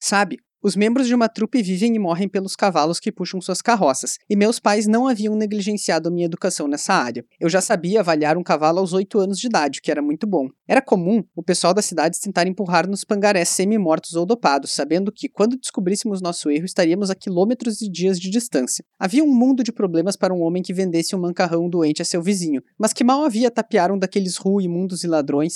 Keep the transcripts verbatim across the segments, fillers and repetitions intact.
Sabe, os membros de uma trupe vivem e morrem pelos cavalos que puxam suas carroças, e meus pais não haviam negligenciado a minha educação nessa área. Eu já sabia avaliar um cavalo aos oito anos de idade, o que era muito bom. Era comum o pessoal da cidade tentar empurrar nos pangarés semi-mortos ou dopados, sabendo que, quando descobríssemos nosso erro, estaríamos a quilômetros e dias de distância. Havia um mundo de problemas para um homem que vendesse um mancarrão doente a seu vizinho, mas que mal havia tapear um daqueles ruimundos e ladrões.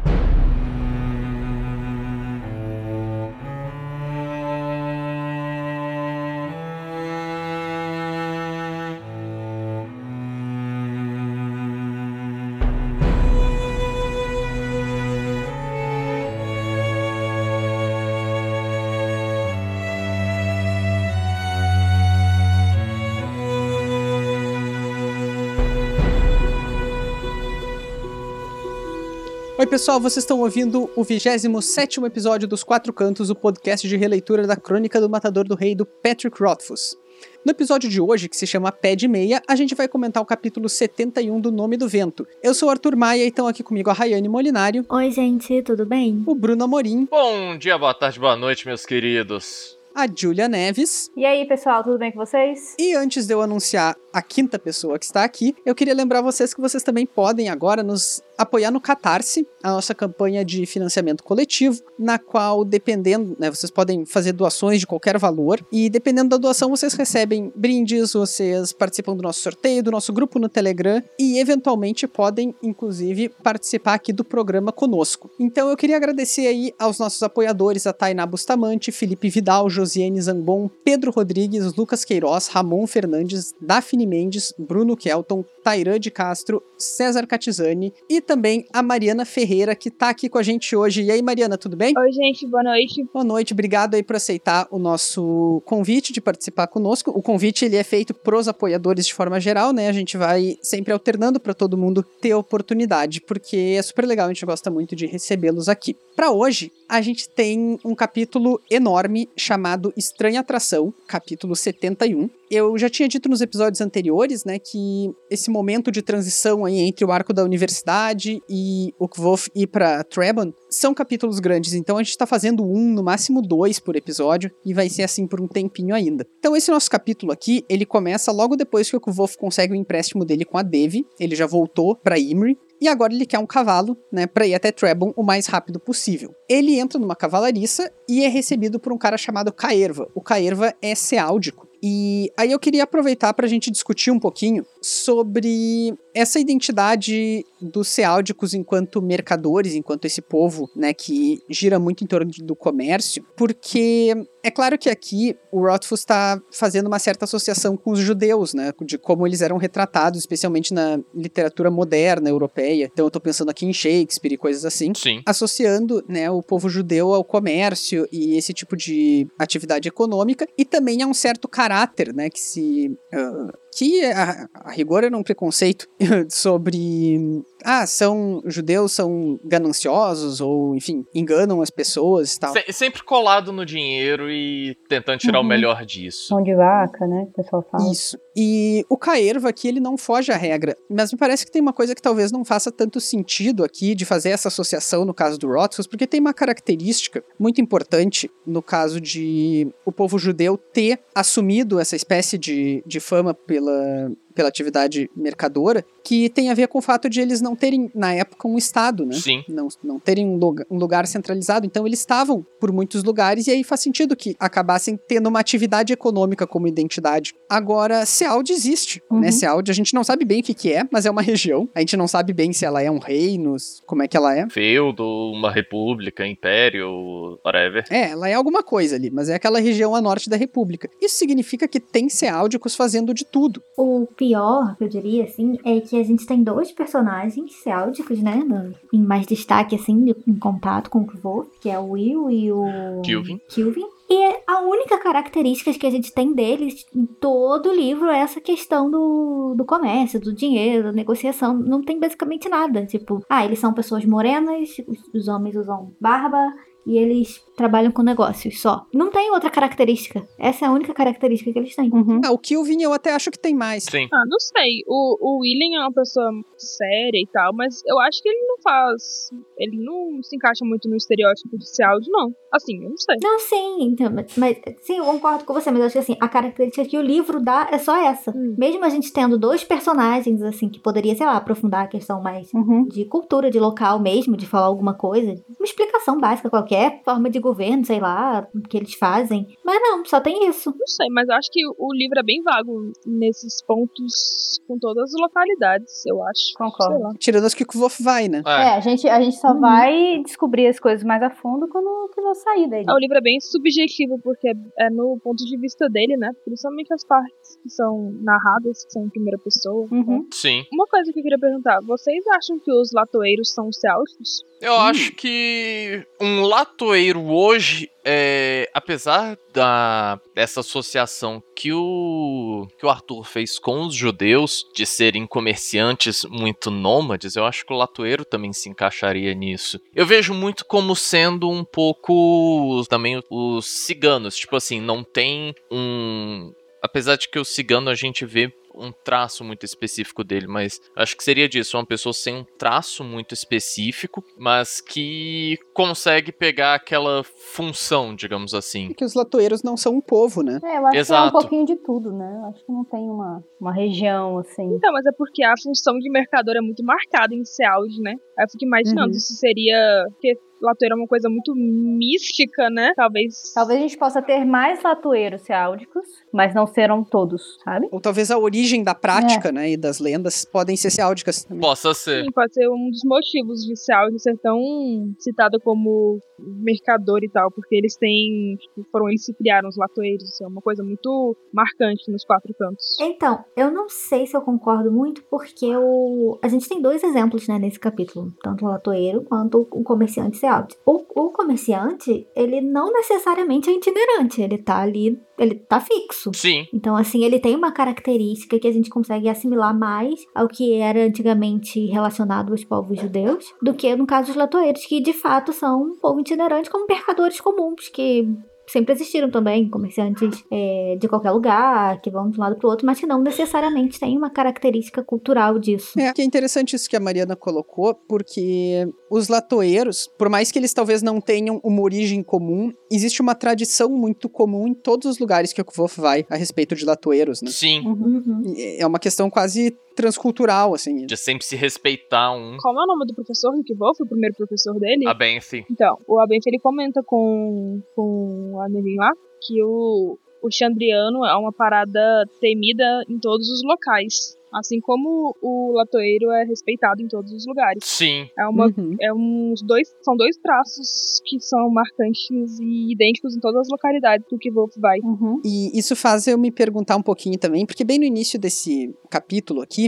Oi pessoal, vocês estão ouvindo o vigésimo sétimo episódio dos Quatro Cantos, o podcast de releitura da Crônica do Matador do Rei do Patrick Rothfuss. No episódio de hoje, que se chama Pé de Meia, a gente vai comentar o capítulo setenta e um do Nome do Vento. Eu sou o Arthur Maia e estão aqui comigo a Rayane Molinário. Oi gente, tudo bem? O Bruno Amorim. Bom dia, boa tarde, boa noite, meus queridos. A Júlia Neves. E aí, pessoal, tudo bem com vocês? E antes de eu anunciar a quinta pessoa que está aqui, eu queria lembrar vocês que vocês também podem agora nos apoiar no Catarse, a nossa campanha de financiamento coletivo, na qual, dependendo, né, vocês podem fazer doações de qualquer valor, e dependendo da doação, vocês recebem brindes, vocês participam do nosso sorteio, do nosso grupo no Telegram, e eventualmente podem, inclusive, participar aqui do programa conosco. Então eu queria agradecer aí aos nossos apoiadores, a Tainá Bustamante, Felipe Vidal, Josiane Zambon, Pedro Rodrigues, Lucas Queiroz, Ramon Fernandes, Daphne Mendes, Bruno Kelton, Tairã de Castro, César Catizani e também a Mariana Ferreira, que tá aqui com a gente hoje. E aí, Mariana, tudo bem? Oi, gente, boa noite. Boa noite, obrigado aí por aceitar o nosso convite de participar conosco. O convite, ele é feito pros apoiadores de forma geral, né? A gente vai sempre alternando para todo mundo ter oportunidade, porque é super legal, a gente gosta muito de recebê-los aqui. Para hoje, a gente tem um capítulo enorme chamado Estranha Atração, capítulo setenta e um. Eu já tinha dito nos episódios anteriores, né, que esse momento de transição aí entre o arco da universidade e o Kvothe ir pra Trebon são capítulos grandes, então a gente tá fazendo um, no máximo dois por episódio, e vai ser assim por um tempinho ainda. Então esse nosso capítulo aqui, ele começa logo depois que o Kvothe consegue o empréstimo dele com a Devi, ele já voltou pra Imri, e agora ele quer um cavalo, né, pra ir até Trebon o mais rápido possível. Ele entra numa cavalariça e é recebido por um cara chamado Caerva. O Caerva é seáldico. E aí eu queria aproveitar para a gente discutir um pouquinho sobre essa identidade dos seáldicos enquanto mercadores, enquanto esse povo, né, que gira muito em torno do comércio, porque é claro que aqui o Rothfuss está fazendo uma certa associação com os judeus, né, de como eles eram retratados, especialmente na literatura moderna europeia. Então eu tô pensando aqui em Shakespeare e coisas assim. Sim. Associando, né, o povo judeu ao comércio e esse tipo de atividade econômica, e também a um certo caráter, né, que se... Uh, que a, a rigor era um preconceito sobre, ah, são judeus, são gananciosos, ou, enfim, enganam as pessoas e tal. Se, sempre colado no dinheiro e tentando tirar Uhum. o melhor disso. Mão de vaca, né? O pessoal fala. Isso. E o Caerva aqui, ele não foge à regra, mas me parece que tem uma coisa que talvez não faça tanto sentido aqui de fazer essa associação no caso do Rothfuss, porque tem uma característica muito importante no caso de o povo judeu ter assumido essa espécie de, de fama pela pela atividade mercadora, que tem a ver com o fato de eles não terem, na época, um estado, né? Sim. Não, não terem um lugar, um lugar centralizado. Então, eles estavam por muitos lugares, e aí faz sentido que acabassem tendo uma atividade econômica como identidade. Agora, Seald existe, Uhum. né? Seald, a gente não sabe bem o que que é, mas é uma região. A gente não sabe bem se ela é um reino, como é que ela é. Feudo, uma república, império, whatever. É, ela é alguma coisa ali, mas é aquela região a norte da república. Isso significa que tem seáldicos fazendo de tudo. O pior, eu diria, assim, é que a gente tem dois personagens seáldicos, né, no, em mais destaque, assim, de- em contato com o Kvothe, que é o Will e o... Kilvin. Kilvin. E a única característica que a gente tem deles em todo o livro é essa questão do, do comércio, do dinheiro, da negociação. Não tem basicamente nada. Tipo, ah, eles são pessoas morenas, os, os homens usam barba e eles trabalham com negócios só. Não tem outra característica. Essa é a única característica que eles têm. Uhum. Ah, o Kilvin eu até acho que tem mais. Sim. Ah, não sei. O, o William é uma pessoa séria e tal, mas eu acho que ele não faz. Ele não se encaixa muito no estereótipo de Seald, não. Assim, eu não sei. Não, sim, Então, mas, mas, sim, eu concordo com você, mas eu acho que assim, a característica que o livro dá é só essa. Hum. Mesmo a gente tendo dois personagens, assim, que poderia, sei lá, aprofundar a questão mais Uhum. de cultura, de local mesmo, de falar alguma coisa, uma explicação básica, qualquer forma de governo, sei lá, que eles fazem. Mas não, só tem isso. Não sei, mas eu acho que o livro é bem vago nesses pontos com todas as localidades, eu acho. Concordo. Sei lá. Tirando as que o Kvof vai, né? É, a gente, a gente só Uhum. vai descobrir as coisas mais a fundo quando que eu sair daí. É, o livro é bem subjetivo, porque é no ponto de vista dele, né? Principalmente as partes que são narradas, que são em primeira pessoa. Uhum. Sim. Uma coisa que eu queria perguntar, vocês acham que os latoeiros são os Celtics? Eu acho que um latoeiro hoje, é, apesar da, dessa associação que o, que o Arthur fez com os judeus, de serem comerciantes muito nômades, eu acho que o latoeiro também se encaixaria nisso. Eu vejo muito como sendo um pouco também os ciganos, tipo assim, não tem um... Apesar de que o cigano a gente vê um traço muito específico dele, mas acho que seria disso, uma pessoa sem um traço muito específico, mas que consegue pegar aquela função, digamos assim. Porque os latoeiros não são um povo, né? É, eu acho Exato. que é um pouquinho de tudo, né? Eu acho que não tem uma, uma região, assim. Então, mas é porque a função de mercador é muito marcada em Seald, né? Aí eu fico imaginando Uhum. se seria... Porque latoeiro é uma coisa muito mística, né? Talvez... Talvez a gente possa ter mais latoeiros seáldicos, mas não serão todos, sabe? Ou talvez a origem da prática, né, e das lendas podem ser seáldicas também. Possa ser. Sim, pode ser um dos motivos de Seald ser tão citado como mercador e tal, porque eles têm... Tipo, foram eles que criaram os latoeiros, assim, é uma coisa muito marcante nos quatro cantos. Então, eu não sei se eu concordo muito, porque o... a gente tem dois exemplos, né, nesse capítulo. Tanto o latoeiro quanto o comerciante Seald. O, o comerciante, ele não necessariamente é itinerante, ele tá ali, ele tá fixo. Sim. Então, assim, ele tem uma característica que a gente consegue assimilar mais ao que era antigamente relacionado aos povos judeus, do que no caso dos latoeiros, que de fato são um povo itinerante como mercadores comuns, que sempre existiram também, comerciantes é, de qualquer lugar, que vão de um lado pro outro, mas que não necessariamente têm uma característica cultural disso. É, que é interessante isso que a Mariana colocou, porque os latoeiros, por mais que eles talvez não tenham uma origem comum, existe uma tradição muito comum em todos os lugares que o Kvof vai a respeito de latoeiros, né? Sim. Uhum. É uma questão quase transcultural, assim. De sempre se respeitar um. Qual é o nome do professor do Kvof, o primeiro professor dele? A Benthi. Então, o Abenth, ele comenta com, com a Nevin lá que o, o Chandriano é uma parada temida em todos os locais. Assim como o latoeiro é respeitado em todos os lugares. Sim. É uma, Uhum. é uns dois, são dois traços que são marcantes e idênticos em todas as localidades que o Kvof vai. Uhum. E isso faz eu me perguntar um pouquinho também, porque bem no início desse capítulo aqui,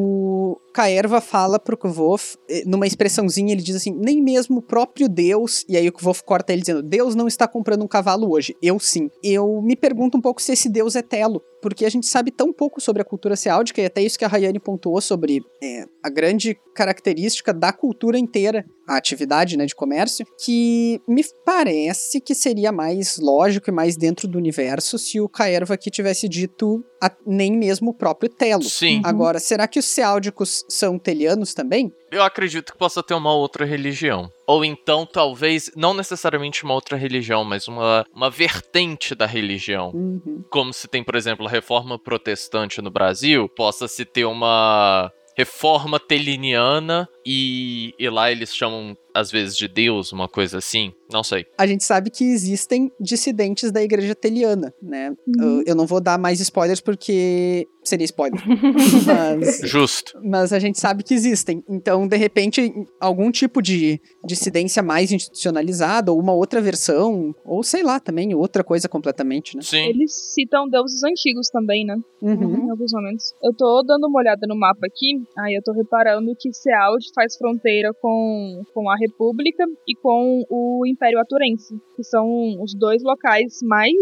o Kaerva fala pro Kvof, numa expressãozinha, ele diz assim, nem mesmo o próprio Deus, e aí o Kvof corta ele dizendo, Deus não está comprando um cavalo hoje, eu sim. Eu me pergunto um pouco se esse Deus é Telo, porque a gente sabe tão pouco sobre a cultura seáldica, e até isso que a Rayane pontuou sobre é, a grande característica da cultura inteira, a atividade, né, de comércio, que me parece que seria mais lógico e mais dentro do universo se o Kaerva aqui tivesse dito a, nem mesmo o próprio Telo. Sim. Agora, será que os seáldicos são telianos também? Eu acredito que possa ter uma outra religião. Ou então, talvez, não necessariamente uma outra religião, mas uma, uma vertente da religião. Uhum. Como se tem, por exemplo, a reforma protestante no Brasil, possa se ter uma reforma teliniana e, e lá eles chamam, às vezes, de Deus, uma coisa assim. Não sei. A gente sabe que existem dissidentes da igreja teliana, né? Uhum. Eu, eu não vou dar mais spoilers porque seria spoiler. Mas... Justo. Mas a gente sabe que existem. Então, de repente, algum tipo de dissidência mais institucionalizada, ou uma outra versão, ou sei lá, também, outra coisa completamente, né? Sim. Eles citam deuses antigos também, né? Uhum. Em alguns momentos. Eu tô dando uma olhada no mapa aqui, aí eu tô reparando que Seald faz fronteira com, com a República e com o Império Aturense, que são os dois locais mais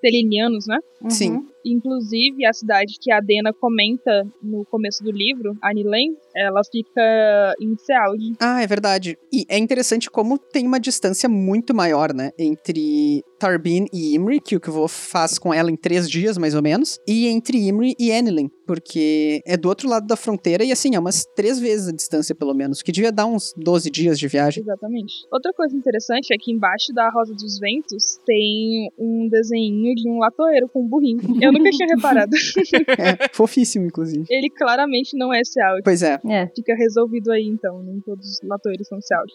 Selenianos, né? Sim. Inclusive, a cidade que a Dena comenta no começo do livro, a Nilen, ela fica em Sealdi. Ah, é verdade. E é interessante como tem uma distância muito maior, né? Entre Tarbin e Imri, que o Kvof faz com ela em três dias, mais ou menos, e entre Imri e Enilin, porque é do outro lado da fronteira e, assim, é umas três vezes a distância, pelo menos, que devia dar uns doze dias de viagem. Exatamente. Outra coisa interessante é que embaixo da Rosa dos Ventos tem um desenho de um latoeiro com um burrinho. Eu nunca tinha reparado. É, fofíssimo, inclusive. Ele claramente não é Sealdi. Pois é. É. Fica resolvido aí, então. Nem todos os latoeiros são Sealdi.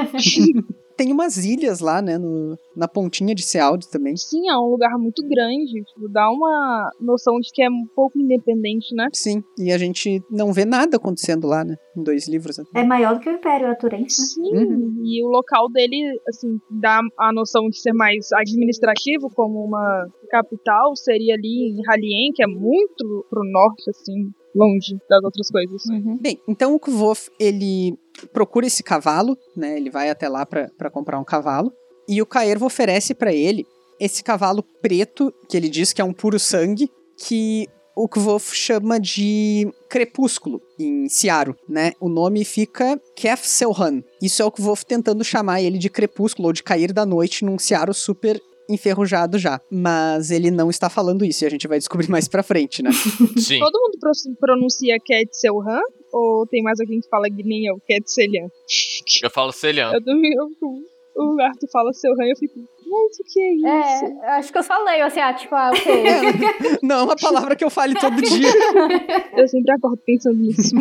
Tem umas ilhas lá, né, no, na pontinha de Sealdi também. Sim, é um lugar muito grande. Tipo, dá uma noção de que é um pouco independente, né? Sim, e a gente não vê nada acontecendo lá, né, em dois livros. Né? É maior do que o Império Aturense. Sim, Uhum. e o local dele, assim, dá a noção de ser mais administrativo, como uma capital, seria ali em Halien, que é muito pro norte, assim, longe das outras coisas. Uhum. Bem, então o Kvof, ele procura esse cavalo, né, ele vai até lá pra, pra comprar um cavalo, e o Kaervo oferece pra ele esse cavalo preto, que ele diz que é um puro sangue, que o Kvof chama de Crepúsculo, em Ciaro, né? O nome fica Kef Selhan. Isso é o Kvof tentando chamar ele de Crepúsculo, ou de Cair da Noite, num Ciaro super enferrujado já. Mas ele não está falando isso, e a gente vai descobrir mais pra frente, né? Sim. Todo mundo pro- pronuncia Ketselhan, ou tem mais alguém que fala que nem eu, Ketselhan? Eu falo Celian. Eu também, eu, o Arthur fala Selhan e eu fico, mas o que é isso? É, acho que eu só leio assim, ah, tipo, ah, ok. Não é uma palavra que eu fale todo dia. Eu sempre acordo pensando nisso.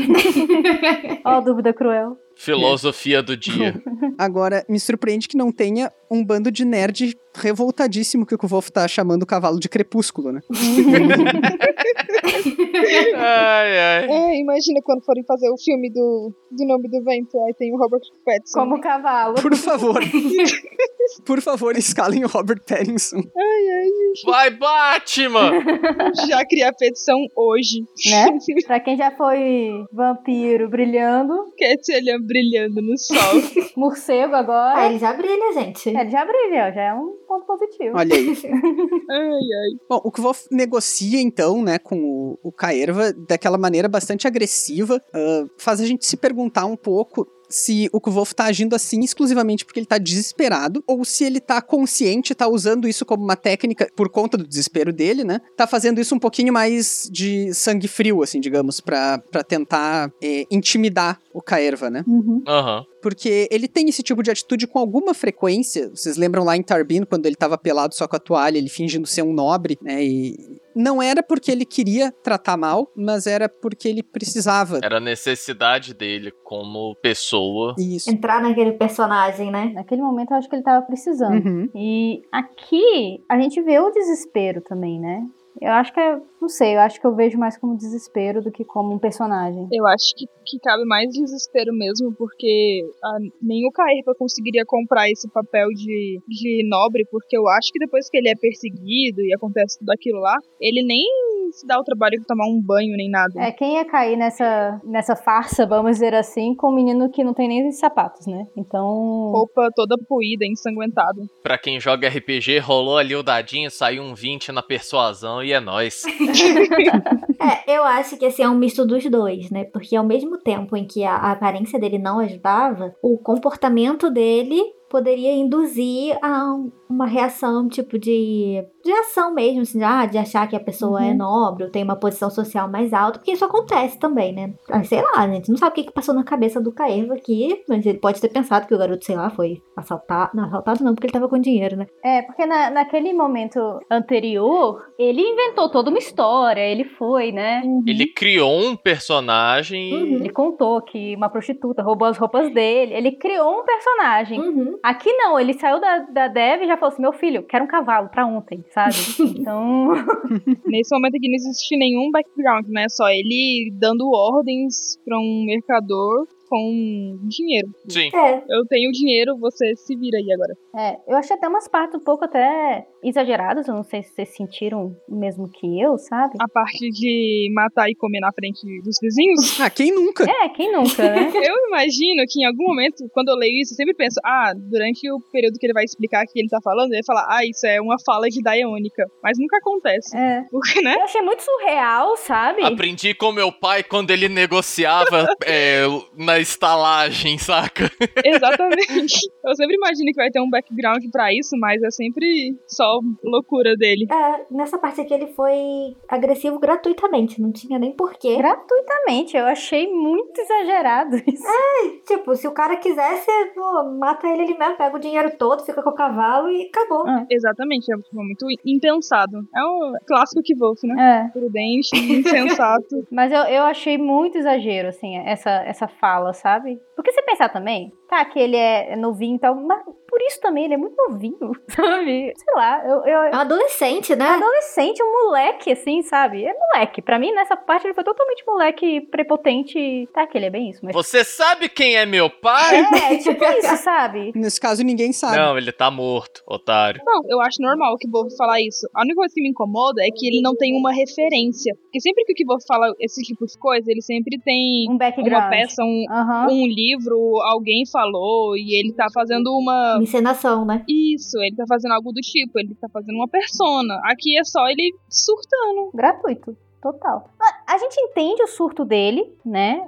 Ó, dúvida cruel. Filosofia do dia. Agora, me surpreende que não tenha um bando de nerd revoltadíssimo que o Kvof tá chamando o cavalo de Crepúsculo, né? Ai, ai. É, imagina quando forem fazer o filme do, do Nome do Vento, aí tem o Robert Pattinson. Como cavalo. Por favor. Por favor, escalem o Robert Pattinson. Vai, Batman! Já criar a petição hoje. Né? Pra quem já foi vampiro brilhando, Ketselhan brilhando no sol. morcego agora. Ah, ele já brilha, gente. É, ele já brilha, já é um ponto positivo. Olha aí. Ai, ai. Bom, o Kvof negocia, então, né, com o, o Kaerva daquela maneira bastante agressiva. Uh, faz a gente se perguntar um pouco se o Kvof tá agindo assim exclusivamente porque ele tá desesperado, ou se ele tá consciente, tá usando isso como uma técnica, por conta do desespero dele, né? Tá fazendo isso um pouquinho mais de sangue frio, assim, digamos, pra, pra tentar é, intimidar o Kaerva, né? Uhum. Aham. Porque ele tem esse tipo de atitude com alguma frequência. Vocês lembram lá em Tarbin, quando ele tava pelado só com a toalha, ele fingindo ser um nobre, né? E não era porque ele queria tratar mal, mas era porque ele precisava. Era a necessidade dele como pessoa. Isso. Entrar naquele personagem, né? Naquele momento eu acho que ele tava precisando. Uhum. E aqui a gente vê o desespero também, né? Eu acho que é, não sei, eu acho que eu vejo mais como desespero do que como um personagem. Eu acho que, que cabe mais desespero mesmo, porque ah, nem o Kaerva conseguiria comprar esse papel de, de nobre, porque eu acho que depois que ele é perseguido e acontece tudo aquilo lá, ele nem se dá o trabalho de tomar um banho nem nada. É, quem ia cair nessa, nessa farsa, vamos dizer assim, com um menino que não tem nem sapatos, né? Então... Roupa toda poída, ensanguentada. Pra quem joga R P G, rolou ali o dadinho, saiu um vinte na persuasão e é nóis. É, eu acho que assim, é um misto dos dois, né? Porque ao mesmo tempo em que a, a aparência dele não ajudava, o comportamento dele poderia induzir a um- uma reação, tipo, de, de ação mesmo, assim, de, ah, de achar que a pessoa Uhum. é nobre, ou tem uma posição social mais alta, porque isso acontece também, né? Ah, sei lá, a gente não sabe o que, que passou na cabeça do Kaerva aqui, mas ele pode ter pensado que o garoto, sei lá, foi assaltado. Não, assaltado não, porque ele tava com dinheiro, né? É, porque na, naquele momento anterior, ele inventou toda uma história, ele foi, né? Ele criou um personagem. Uhum. Ele contou que uma prostituta roubou as roupas dele, ele criou um personagem. Uhum. Aqui não, ele saiu da, da Dev e já falou assim, meu filho, quero um cavalo pra ontem, sabe? Então, Nesse momento aqui não existe nenhum background, né? Só ele dando ordens pra um mercador com dinheiro. Sim. É, Eu tenho dinheiro, você se vira aí agora. é, eu achei até umas partes um pouco até exagerados, eu não sei se vocês sentiram o mesmo que eu, sabe? A parte de matar e comer na frente dos vizinhos. Ah, quem nunca? É, quem nunca, né? Eu imagino que em algum momento, quando eu leio isso, eu sempre penso, ah, durante o período que ele vai explicar o que ele tá falando, ele vai falar, ah, isso é uma fala de Daeônica. Mas nunca acontece. É. Porque, né? Eu achei muito surreal, sabe? Aprendi com meu pai quando ele negociava é, na estalagem, saca? Exatamente. Eu sempre imagino que vai ter um background pra isso, mas é sempre só loucura dele. É, nessa parte aqui ele foi agressivo gratuitamente, não tinha nem porquê. Gratuitamente, eu achei muito exagerado isso. Tipo, se o cara quisesse, pô, mata ele ali mesmo, pega o dinheiro todo, fica com o cavalo e acabou. Ah. Exatamente, é muito impensado. É um clássico Kvolf, né? É, Prudente, insensato. mas eu, eu achei muito exagero, assim, essa, essa fala, sabe? Porque você pensar também, tá, que ele é novinho e tal, mas por isso também ele é muito novinho, sabe? Sei lá, eu... eu É um adolescente, né? adolescente, um moleque, assim, sabe? É moleque. Pra mim, nessa parte, ele foi totalmente moleque prepotente. Tá, que ele é bem isso, mas... Você sabe quem é meu pai? É, tipo isso, sabe? Nesse caso, ninguém sabe. Não, ele tá morto, otário. Não, eu acho normal o Kvolf falar isso. A única coisa que me incomoda é que ele não tem uma referência. Porque sempre que o Kvolf fala esse tipo de coisa, ele sempre tem Um background. uma peça, um, Aham. um livro, alguém falou, e ele tá fazendo uma... Uma encenação, né? Isso, ele tá fazendo algo do tipo, ele tá fazendo uma persona. Aqui é só ele surtando. Gratuito. Total. A, a gente entende o surto dele, né?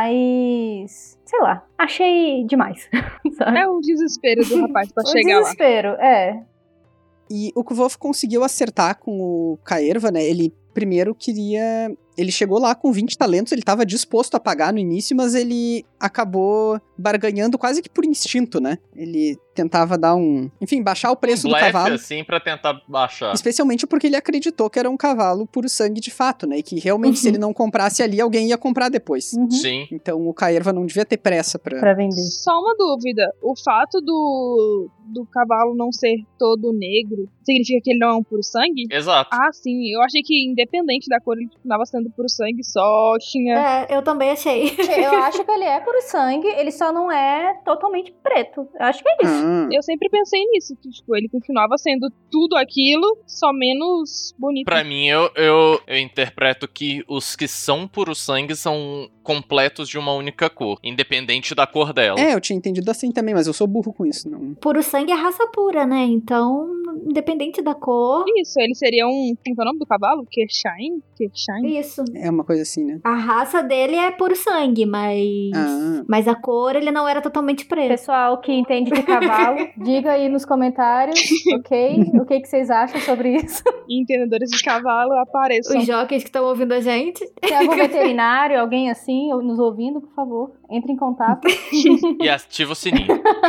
Mas... sei lá. Achei demais. Sabe? É o desespero do rapaz pra O chegar lá. desespero, é. E o Kvolf conseguiu acertar com o Kaerva, né? Ele primeiro queria... Ele chegou lá com vinte talentos, ele estava disposto a pagar no início, mas ele acabou barganhando quase que por instinto, né? Ele tentava dar um... Enfim, baixar o preço um do blefe, cavalo. assim, pra tentar baixar. Especialmente porque ele acreditou que era um cavalo puro sangue de fato, né? E que realmente, Uhum. se ele não comprasse ali, alguém ia comprar depois. Uhum. Sim. Então o Kaerva não devia ter pressa pra... Pra vender. Só uma dúvida, o fato do, do cavalo não ser todo negro significa que ele não é um puro sangue? Exato. Ah, sim, eu achei que independente da cor ele continuava sendo puro sangue, só tinha... É, eu também achei. Eu acho que ele é puro sangue, ele só não é totalmente preto. Eu acho que é isso. Ah, Eu sempre pensei nisso, que tipo, ele continuava sendo tudo aquilo, só menos bonito. Pra mim, eu, eu, eu interpreto que os que são puro sangue são completos de uma única cor, independente da cor dela. é, eu tinha entendido assim também, mas eu sou burro com isso, não... Puro sangue é raça pura, né? Então, independente da cor, Isso, ele seria um... Como é o nome do cavalo? Kershain? Kershain? isso. É uma coisa assim, né? A raça dele é puro sangue, mas... Ah. Mas a cor, ele não era totalmente preto. Pessoal que entende de cavalo, diga aí nos comentários, ok? O que, que vocês acham sobre isso? E entendedores de cavalo apareçam. Os jockeys que estão ouvindo a gente. Tem algum veterinário, alguém assim, nos ouvindo, por favor, entre em contato. E ativa o sininho.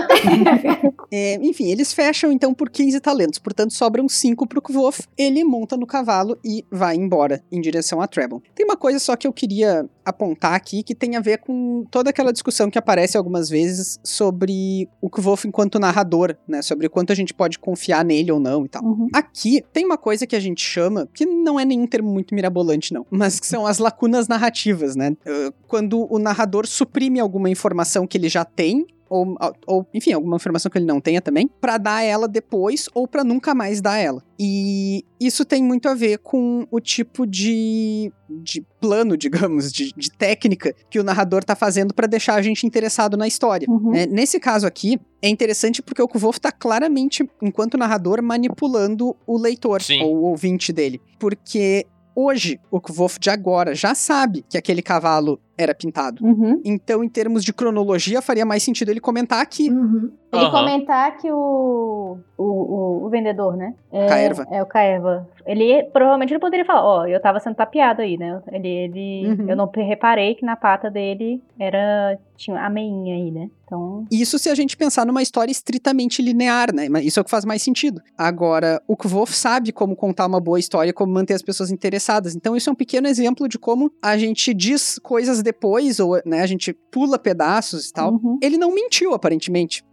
É, enfim, eles fecham então por quinze talentos, portanto sobram cinco pro Kvolf. Ele monta no cavalo e vai embora em direção a Trebon. Tem uma coisa só que eu queria apontar aqui que tem a ver com toda aquela discussão que aparece algumas vezes sobre o Kvolf enquanto narrador, né? Sobre o quanto a gente pode confiar nele ou não e tal. Uhum. Aqui tem uma coisa que a gente chama, que não é nenhum termo muito mirabolante não, mas que são as lacunas narrativas, né? Uh, quando o narrador suprime alguma informação que ele já tem, Ou, ou, enfim, alguma informação que ele não tenha também, pra dar ela depois ou pra nunca mais dar ela. E isso tem muito a ver com o tipo de, de plano, digamos, de, de técnica que o narrador tá fazendo pra deixar a gente interessado na história. Uhum. Né? Nesse caso aqui, é interessante porque o Kvolf tá claramente, enquanto narrador, manipulando o leitor, Sim. ou o ouvinte dele. Porque hoje, o Kvolf de agora já sabe que aquele cavalo era pintado. Uhum. Então, em termos de cronologia, faria mais sentido ele comentar aqui. Uhum. Ele Aham. comentar que o, o, o, o vendedor, né? É, Kaerva. É, o Kaerva. Ele provavelmente ele poderia falar, ó, eu tava sendo tapeado aí, né? Ele, ele, Uhum. eu não reparei que na pata dele era, tinha a meinha aí, né? Então, Isso se a gente pensar numa história estritamente linear, né? Mas isso é o que faz mais sentido. Agora, o Kvolf sabe como contar uma boa história, como manter as pessoas interessadas. Então, isso é um pequeno exemplo de como a gente diz coisas depois, ou né, a gente pula pedaços e tal. Uhum. Ele não mentiu, aparentemente.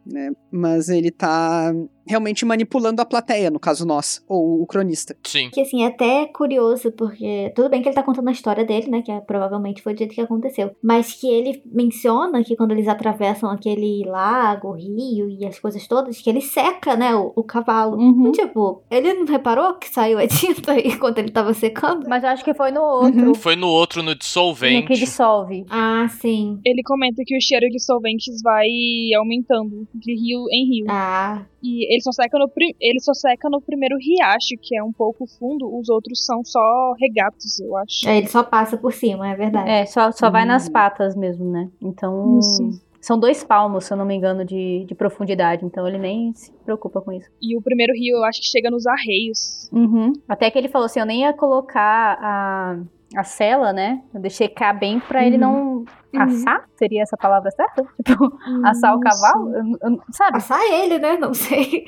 né? Mas ele tá realmente manipulando a plateia, no caso nós, ou o cronista. Sim. Que assim, é até curioso, porque tudo bem que ele tá contando a história dele, né, que é, provavelmente foi do jeito que aconteceu, mas que ele menciona que quando eles atravessam aquele lago, rio e as coisas todas, que ele seca, né, o, o cavalo. Uhum. Tipo, ele não reparou que saiu a tinta enquanto ele tava secando? Mas eu acho que foi no outro. Uhum. Foi no outro, no dissolvente. No que dissolve. Ah, sim. Ele comenta que o cheiro de solventes vai aumentando de rio em rio. Ah, E ele só seca no, pri- ele só seca no primeiro riacho, que é um pouco fundo. Os outros são só regatos, eu acho. é, ele só passa por cima, é verdade. É, só, só vai Hum. nas patas mesmo, né? Então. Isso. São dois palmos, se eu não me engano, de, de profundidade. Então ele nem se preocupa com isso. E o primeiro rio eu acho que chega nos arreios. Uhum. Até que ele falou assim: eu nem ia colocar a, a cela, né? Eu deixei cá bem pra ele não assar. Seria essa palavra certa? Tipo, assar o cavalo? Eu- eu- sabe? Passar ele, né? Não sei.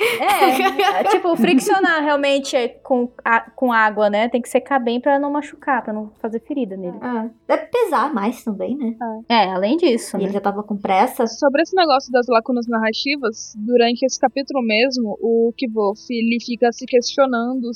É, tipo, friccionar realmente com, a, com água, né? Tem que secar bem pra não machucar, pra não fazer ferida nele. Ah, deve pesar mais também, né? É, além disso, E né? ele já tava com pressa. Sobre esse negócio das lacunas narrativas, durante esse capítulo mesmo, o Kvof, ele fica se questionando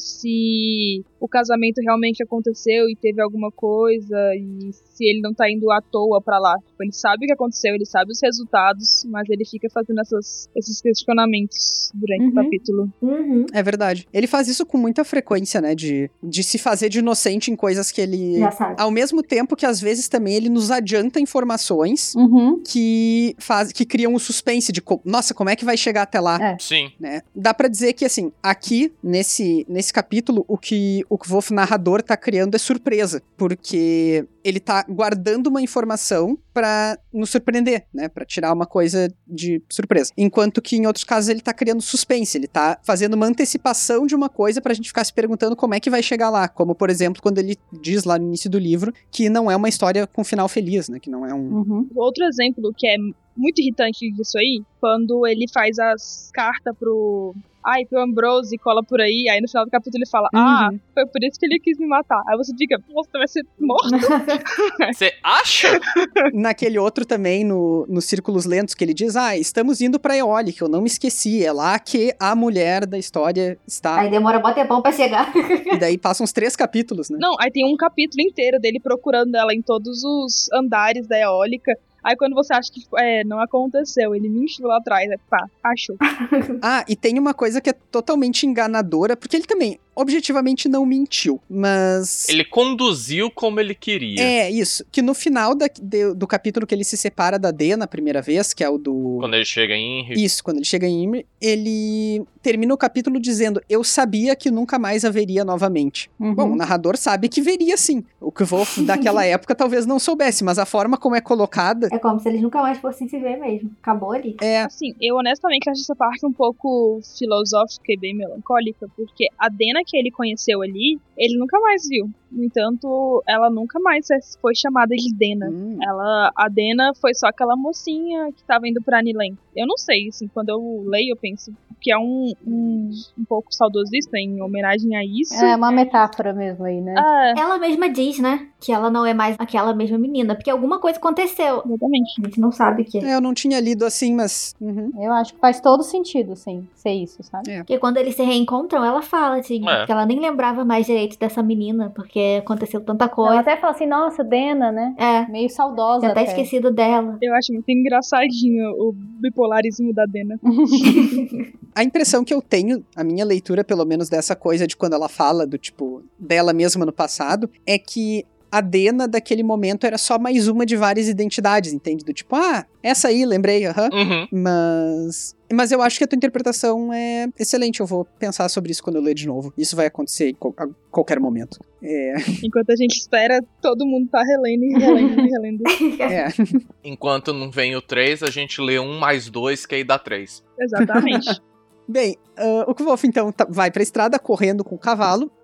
se o casamento realmente aconteceu e teve alguma coisa, e se ele não tá indo à toa pra lá. Tipo, ele sabe o que aconteceu, ele sabe os resultados, mas ele fica fazendo essas, esses questionamentos durante Uhum. o capítulo. Uhum. É verdade. Ele faz isso com muita frequência, né? De, de se fazer de inocente em coisas que ele... Já sabe. Ao mesmo tempo que, às vezes, também ele nos adianta informações Uhum. que, faz, que criam o suspense de... co- Nossa, como é que vai chegar até lá? É. Sim. Né? Dá pra dizer que, assim, aqui, nesse, nesse capítulo, o que o Kvof narrador tá criando é surpresa, porque ele tá guardando uma informação pra nos surpreender, né? Pra tirar uma coisa de surpresa. Enquanto que, em outros casos, ele tá criando suspense, ele tá fazendo uma antecipação de uma coisa pra gente ficar se perguntando como é que vai chegar lá. Como, por exemplo, quando ele diz lá no início do livro que não é uma história com final feliz, né? Que não é um... Uhum. Outro exemplo que é muito irritante disso aí, quando ele faz as cartas pro... Ai, pro Ambrose e cola por aí, aí no final do capítulo ele fala, ah, Uhum. foi por isso que ele quis me matar. Aí você fica, nossa, vai ser morto. Você acha? Naquele outro também, no, nos Círculos Lentos, que ele diz, ah, estamos indo pra Eole, que eu não me esqueci, é lá que a mulher da história está. Aí demora um tempão pra chegar. E daí passam uns três capítulos, né? Não, aí tem um capítulo inteiro dele procurando ela em todos os andares da eólica. Aí quando você acha que é, não aconteceu, ele mentiu lá atrás, é pá, achou. Ah, e tem uma coisa que é totalmente enganadora, porque ele também, objetivamente, não mentiu, mas... Ele conduziu como ele queria. É, isso. Que no final da- de- do capítulo que ele se separa da Dena a primeira vez, que é o do... Quando ele chega em Inri. Isso, quando ele chega em Ymir, ele termina o capítulo dizendo, eu sabia que nunca mais haveria novamente. Uhum. Bom, o narrador sabe que veria sim. O Kvof daquela época talvez não soubesse, mas a forma como é colocada É como se eles nunca mais fossem se ver mesmo. Acabou ali. é... Assim, eu honestamente acho essa parte um pouco filosófica e bem melancólica, porque a Dena que ele conheceu ali, ele nunca mais viu. No entanto, ela nunca mais foi chamada de Dena. Hum, Ela, a Dena foi só aquela mocinha que tava indo pra Nilen. Eu não sei, assim, quando eu leio eu penso que é um, um, um pouco saudosista em homenagem a isso. É uma metáfora mesmo aí, né? Ah, Ela mesma diz, né? Que ela não é mais aquela mesma menina. Porque alguma coisa aconteceu. exatamente. A gente não sabe o que. é, eu não tinha lido assim, mas... uhum. Eu acho que faz todo sentido, sim, ser isso, sabe? Porque quando eles se reencontram, ela fala, assim, É. que ela nem lembrava mais direito dessa menina, porque aconteceu tanta Ela coisa. até fala assim, nossa, Dena, né? É, Meio saudosa tinha até até. esquecido dela. Eu acho muito engraçadinho o bipolarismo da Dena. A impressão que eu tenho, a minha leitura pelo menos dessa coisa de quando ela fala do tipo, dela mesma no passado, é que a Dena daquele momento era só mais uma de várias identidades, entende? Do tipo, ah, essa aí, lembrei, aham. Uhum. Mas... Mas eu acho que a tua interpretação é excelente, eu vou pensar sobre isso quando eu ler de novo. Isso vai acontecer em qual- a qualquer momento. É... Enquanto a gente espera, todo mundo tá relendo e relendo e relendo. é. Enquanto não vem o três, a gente lê um mais dois, que aí dá três. Exatamente. Bem, uh, o Kvof então tá- vai pra estrada correndo com o cavalo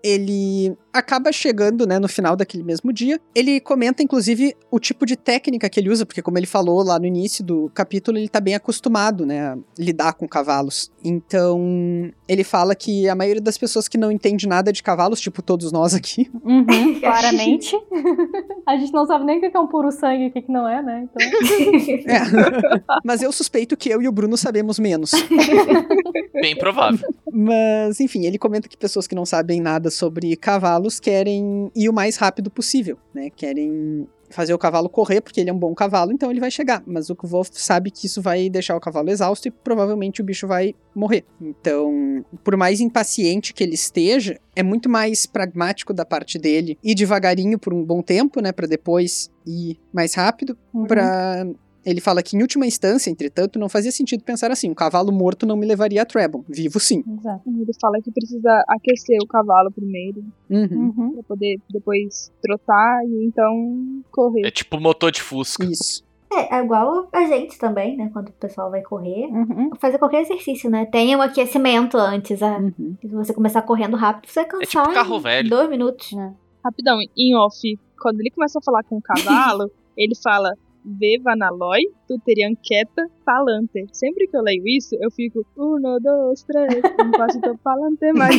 ele acaba chegando, né, no final daquele mesmo dia. Ele comenta, inclusive, o tipo de técnica que ele usa, porque como ele falou lá no início do capítulo, ele tá bem acostumado, né, a lidar com cavalos. Então, ele fala que a maioria das pessoas que não entende nada de cavalos, tipo todos nós aqui... Uhum, claramente. A gente não sabe nem o que é um puro sangue e o que não é, né? Então... É. Mas eu suspeito que eu e o Bruno sabemos menos. Bem provável. Mas, enfim, ele comenta que pessoas que não sabem nada sobre cavalos querem ir o mais rápido possível, né? Querem fazer o cavalo correr, porque ele é um bom cavalo, então ele vai chegar. Mas o Kvolf sabe que isso vai deixar o cavalo exausto e provavelmente o bicho vai morrer. Então, por mais impaciente que ele esteja, é muito mais pragmático da parte dele ir devagarinho por um bom tempo, né? Pra depois ir mais rápido, Uhum. pra... Ele fala que, em última instância, entretanto, não fazia sentido pensar assim, um cavalo morto não me levaria a Trebon, vivo sim. Exato. Ele fala que precisa aquecer o cavalo primeiro, Uhum. Uhum. pra poder depois trotar e então correr. É tipo motor de Fusca. Isso. É, é igual a gente também, né? Quando o pessoal vai correr. Uhum. Fazer qualquer exercício, né? Tem um aquecimento antes. Ah. Uhum. Se você começar correndo rápido, você vai cansar tipo carro em velho. dois minutos. Rapidão, em off, quando ele começa a falar com o cavalo, ele fala Veva Naloi, Tuterianqueta, Palante. Sempre que eu leio isso, eu fico uno, dois, três, um pasito palante mais.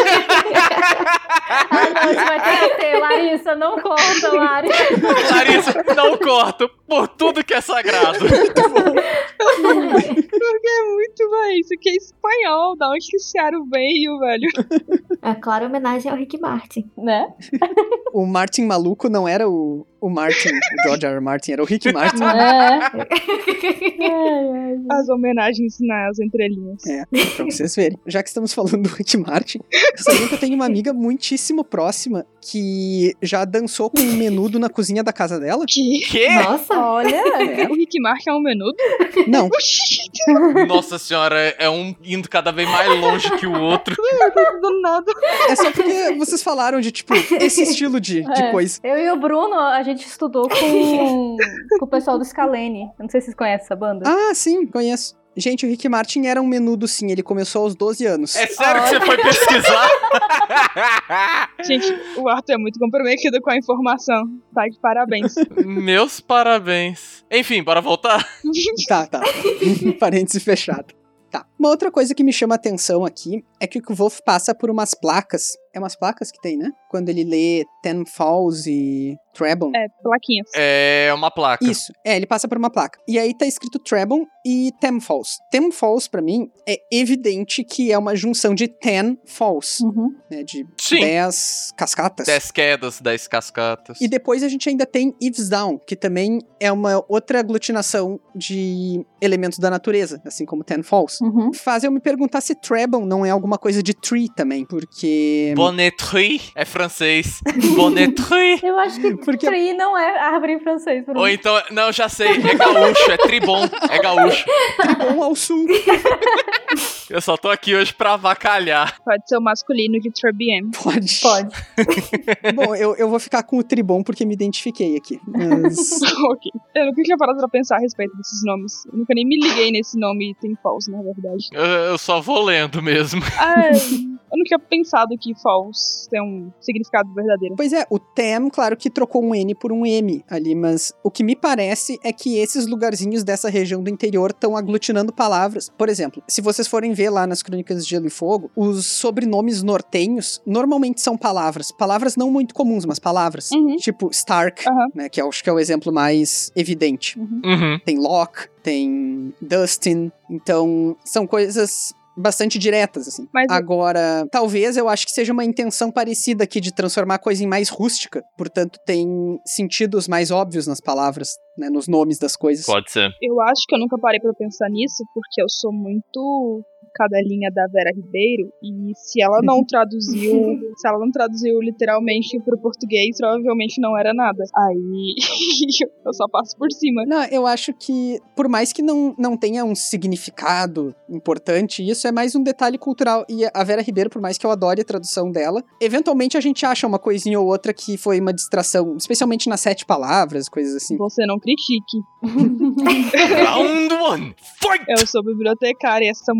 Ah, não, isso vai ter que ter, Larissa, não conta, Lari. Larissa, não corta por tudo que é sagrado. Porque é muito, velho, isso aqui é espanhol, da onde que esse aro veio, velho? É claro, homenagem ao Rick Martin. Né? O Martin maluco não era o, o Martin, o George R. R. Martin, era o Rick Martin. É. É, é. As homenagens nas entrelinhas. É, pra vocês verem. Já que estamos falando do Rick Martin, eu sabia que eu tenho uma amiga muitíssimo próxima que já dançou com um menudo na cozinha da casa dela. Que? Quê? Nossa! Olha, O Rick Martin é um menudo? Não, Nossa senhora, é um indo cada vez mais longe que o outro. Do nada. é só porque vocês falaram de, tipo, esse estilo de, de É. coisa. eu e o Bruno, a gente estudou com, com o pessoal do Scalene. Eu não sei se vocês conhecem essa banda. Ah, sim, conheço. Gente, o Rick Martin era um menudo, sim. Ele começou aos doze anos. É sério que você foi pesquisar? Gente, o Arthur é muito comprometido com a informação. Tá de parabéns. Meus parabéns. Enfim, bora voltar? Tá, tá. Parêntese fechado. Tá. Uma outra coisa que me chama a atenção aqui é que o Kvolf passa por umas placas. É umas placas que tem, né? Quando ele lê Ten Falls e Trebon. É, plaquinhas. É uma placa. Isso, é, ele passa por uma placa. E aí tá escrito Trebon e Ten Falls. Ten Falls, pra mim, é evidente que é uma junção de Ten Falls, Uhum. né? De Sim. dez cascatas. Dez quedas, dez cascatas. E depois a gente ainda tem Eves Down, que também é uma outra aglutinação de elementos da natureza, assim como Ten Falls. Uhum. Faz eu me perguntar se Trebon não é alguma coisa de tree também, porque... Bonneterie é francês. Bonneterie. Eu acho que Porque- tree não é árvore em francês. Bruno. Ou então, não, já sei, é gaúcho, é tribom, é gaúcho. Bom ao sul. Eu só tô aqui hoje pra avacalhar. Pode ser o masculino de Trebien. Pode. Pode. Bom, eu, eu vou ficar com o Tribon porque me identifiquei aqui. Mas... Ok. Eu nunca tinha parado pra pensar a respeito desses nomes. Eu nunca nem me liguei nesse nome Tem Falls, na verdade. Eu, eu só vou lendo mesmo. Ah, eu não tinha pensado que Falls tem um significado verdadeiro. Pois é, o Tem, claro que trocou um N por um M ali, mas o que me parece é que esses lugarzinhos dessa região do interior estão aglutinando palavras. Por exemplo, se vocês forem ver lá nas Crônicas de Gelo e Fogo, os sobrenomes nortenhos normalmente são palavras. Palavras não muito comuns, mas palavras. Uhum. Tipo Stark, Uhum. né, que eu acho que é o exemplo mais evidente. Uhum. Tem Locke, tem Dustin, então são coisas bastante diretas, assim. Mas- Agora, talvez eu acho que seja uma intenção parecida aqui de transformar a coisa em mais rústica, portanto tem sentidos mais óbvios nas palavras, né, nos nomes das coisas. Pode ser. Eu acho que eu nunca parei pra pensar nisso, porque eu sou muito cadelinha da Vera Ribeiro, e se ela não traduziu, se ela não traduziu literalmente pro português, provavelmente não era nada. Aí eu só passo por cima. Não, eu acho que, por mais que não, não tenha um significado importante, isso é mais um detalhe cultural. E a Vera Ribeiro, por mais que eu adore a tradução dela, eventualmente a gente acha uma coisinha ou outra que foi uma distração, especialmente nas sete palavras, coisas assim. Você não critique. Round one, fight! Eu sou bibliotecária e essa mulher perdeu.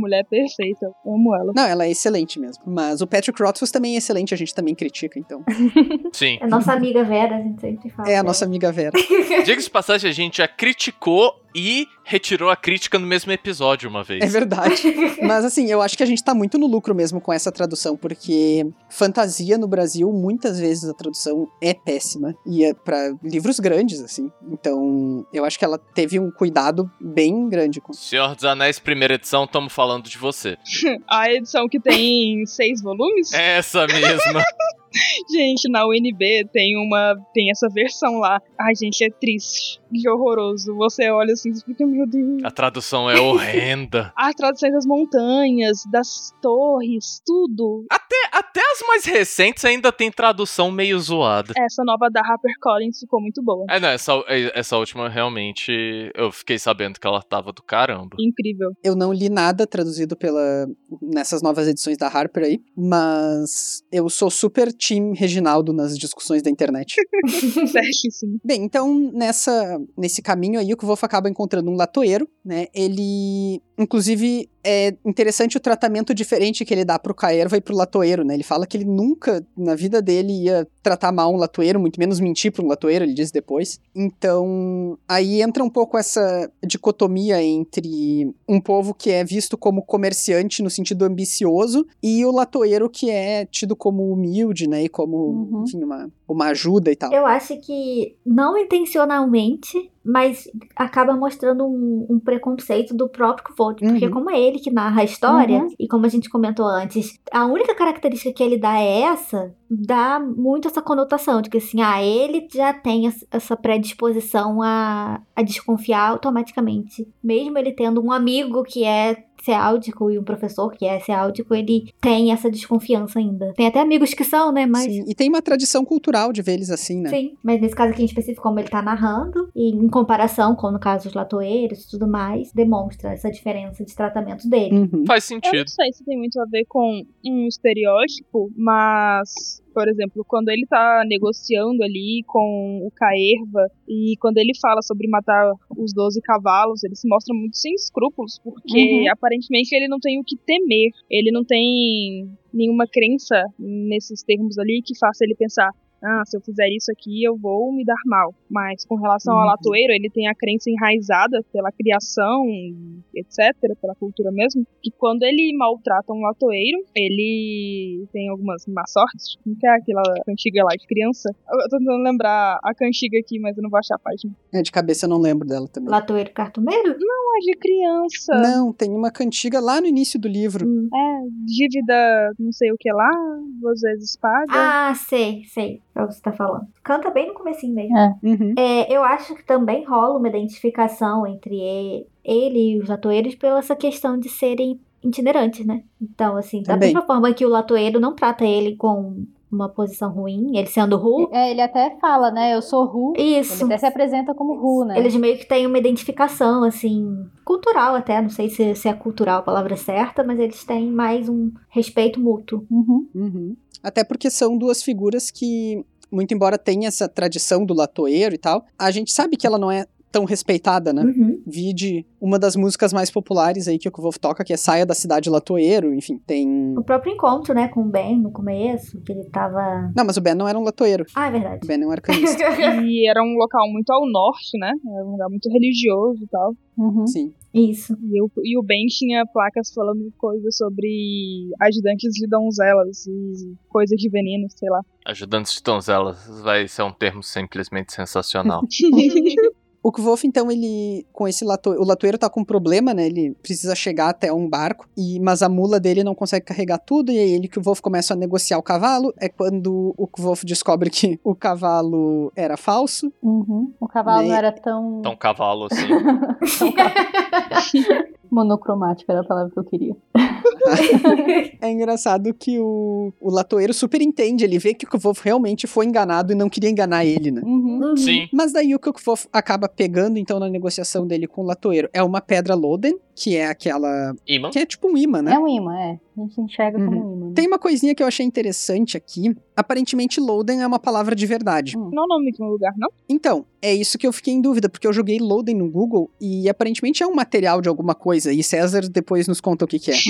perfeita, eu amo ela. Não, ela é excelente mesmo. Mas o Patrick Rothfuss também é excelente, a gente também critica, então. Sim. É nossa amiga Vera, a gente sempre fala. É a dela. nossa amiga Vera. Diga-se de passagem, a gente já criticou e retirou a crítica no mesmo episódio uma vez. É verdade. Mas assim, eu acho que a gente tá muito no lucro mesmo com essa tradução, porque fantasia no Brasil, muitas vezes a tradução é péssima. E é pra livros grandes, assim. Então, eu acho que ela teve um cuidado bem grande com Senhor dos Anéis, primeira edição, estamos falando de você. A edição que tem seis volumes? Essa mesma. Gente, na U N B tem uma. Tem essa versão lá. Ai, gente, é triste. Que horroroso. Você olha assim e fica, meu Deus. A tradução é horrenda. As traduções das montanhas, das torres, tudo. Até, até as mais recentes ainda tem tradução meio zoada. Essa nova da HarperCollins ficou muito boa. É, não, essa, essa última realmente eu fiquei sabendo que ela tava do caramba. Incrível. Eu não li nada traduzido pela nessas novas edições da Harper aí, mas eu sou super team Reginaldo nas discussões da internet. Certíssimo. Bem, então nessa, nesse caminho aí o Kvolf acaba encontrando um latoeiro, né? Ele, inclusive, é interessante o tratamento diferente que ele dá pro Caerva e pro latoeiro, né? Ele fala que ele nunca na vida dele ia tratar mal um latoeiro, muito menos mentir pra um latoeiro, ele diz depois. Então, aí entra um pouco essa dicotomia entre um povo que é visto como comerciante no sentido ambicioso e o latoeiro que é tido como humilde, né? E como, Uhum. enfim, uma, uma ajuda e tal. Eu acho que, não intencionalmente, mas acaba mostrando um, um preconceito do próprio Kvolf, porque Uhum. como é ele que narra a história, Uhum. e como a gente comentou antes, a única característica que ele dá é essa, dá muito essa conotação de que assim, ah, ele já tem essa- essa predisposição a, a desconfiar automaticamente. Mesmo ele tendo um amigo que é ceáldico e um professor que é ceáldico, ele tem essa desconfiança ainda. Tem até amigos que são, né, mas... Sim, e tem uma tradição cultural de ver eles assim, né? Sim, mas nesse caso aqui em específico, como ele tá narrando, e em comparação com, no caso, os latoeiros e tudo mais, demonstra essa diferença de tratamento dele. Uhum. Faz Eu sentido. não sei se tem muito a ver com um estereótipo, mas, por exemplo, quando ele tá negociando ali com o Caerva e quando ele fala sobre matar os doze cavalos, ele se mostra muito sem escrúpulos, porque Uhum. aparentemente ele não tem o que temer, ele não tem nenhuma crença nesses termos ali que faça ele pensar, ah, se eu fizer isso aqui eu vou me dar mal. Mas com relação ao Uhum. latoeiro, ele tem a crença enraizada pela criação, etcétera, pela cultura mesmo, que quando ele maltrata um latoeiro, ele tem algumas má sortes. Não é aquela cantiga lá de criança? Eu tô tentando lembrar a cantiga aqui, mas eu não vou achar a página. É, de cabeça eu não lembro dela também. Latoeiro cartumeiro? Ah, de criança. Não, tem uma cantiga lá no início do livro. É, dívida não sei o que lá, duas vezes paga. Ah, sei, sei. É o que você tá falando. Canta bem no comecinho mesmo. Uhum. É, eu acho que também rola uma identificação entre e- ele e os latoeiros pela essa questão de serem itinerantes, né? Então, assim, da Também. mesma forma que o latoeiro não trata ele com uma posição ruim, ele sendo Ru, É, ele até fala, né? Eu sou Ru. Ele isso. até se apresenta como Ru, né? Eles meio que têm uma identificação, assim, cultural até, não sei se, se é cultural a palavra certa, mas eles têm mais um respeito mútuo. Uhum. Uhum. Até porque são duas figuras que, muito embora tenha essa tradição do latoeiro e tal, a gente sabe que ela não é tão respeitada, né? Uhum. Vide uma das músicas mais populares aí que o Kvolf toca, que é Saia da Cidade Latoeiro, enfim, tem... O próprio encontro, né, com o Ben no começo, que ele tava... Não, mas o Ben não era um latoeiro, Ah, é verdade. o Ben é um arcanista. E era um local muito ao norte, né? Era um lugar muito religioso e tal. Uhum. Sim. Isso. E o, e o Ben tinha placas falando coisas sobre ajudantes de donzelas e coisas de veneno, sei lá. Ajudantes de donzelas vai ser um termo simplesmente sensacional. O Kvolf, então, ele, com esse latoeiro, o latoeiro tá com um problema, né, ele precisa chegar até um barco, e, mas a mula dele não consegue carregar tudo, e aí ele que o Kvolf começa a negociar o cavalo, é quando o Kvolf descobre que o cavalo era falso. Uhum. O cavalo Né? não era tão, Então, cavalo assim. tão ca- monocromático, era a palavra que eu queria. É engraçado que o, o latoeiro super entende, ele vê que o Kvolf realmente foi enganado e não queria enganar ele, né. Uhum. Sim. Mas daí o que o Kvolf acaba pegando, então, na negociação dele com o latoeiro é uma pedra Loden, que é aquela... Imã? Que é tipo um imã, né? É um imã, é. A gente enxerga Uhum. como um imã. Né? Tem uma coisinha que eu achei interessante aqui. Aparentemente, Loden é uma palavra de verdade. Hum. Não é o nome de um lugar, não? Então, é isso que eu fiquei em dúvida, porque eu joguei Loden no Google e aparentemente é um material de alguma coisa, e César depois nos conta o que que é.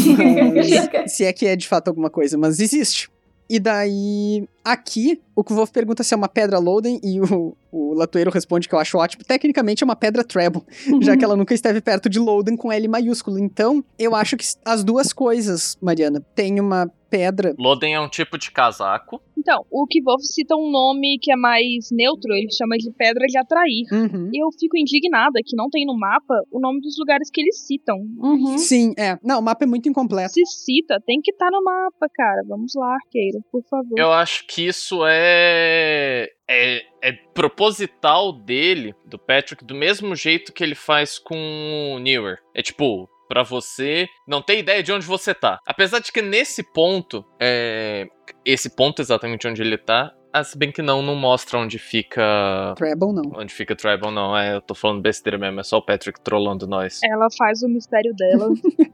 Mas, se é que é de fato alguma coisa, mas existe. E daí, aqui, o Kvolf pergunta se é uma pedra Loden e o, o Latoeiro responde que eu acho ótimo. Tecnicamente é uma pedra Treble, já que ela nunca esteve perto de Loden com L maiúsculo. Então, eu acho que as duas coisas, Mariana, tem uma pedra... Loden é um tipo de casaco. Então, o Kvolf cita um nome que é mais neutro, ele chama de Pedra de Atrair. Uhum. E eu fico indignada que não tem no mapa o nome dos lugares que eles citam. Uhum. Sim, é. Não, o mapa é muito incompleto. Se cita, tem que estar no mapa, cara. Vamos lá, Arqueiro, por favor. Eu acho que isso é... É, é proposital dele, do Patrick, do mesmo jeito que ele faz com o Newer. É tipo... Pra você não ter ideia de onde você tá. Apesar de que nesse ponto, é... esse ponto exatamente onde ele tá, ah, se bem que não, não mostra onde fica... Treble, não. Onde fica Tribal, não. É, eu tô falando besteira mesmo, é só o Patrick trollando nós. Ela faz o mistério dela.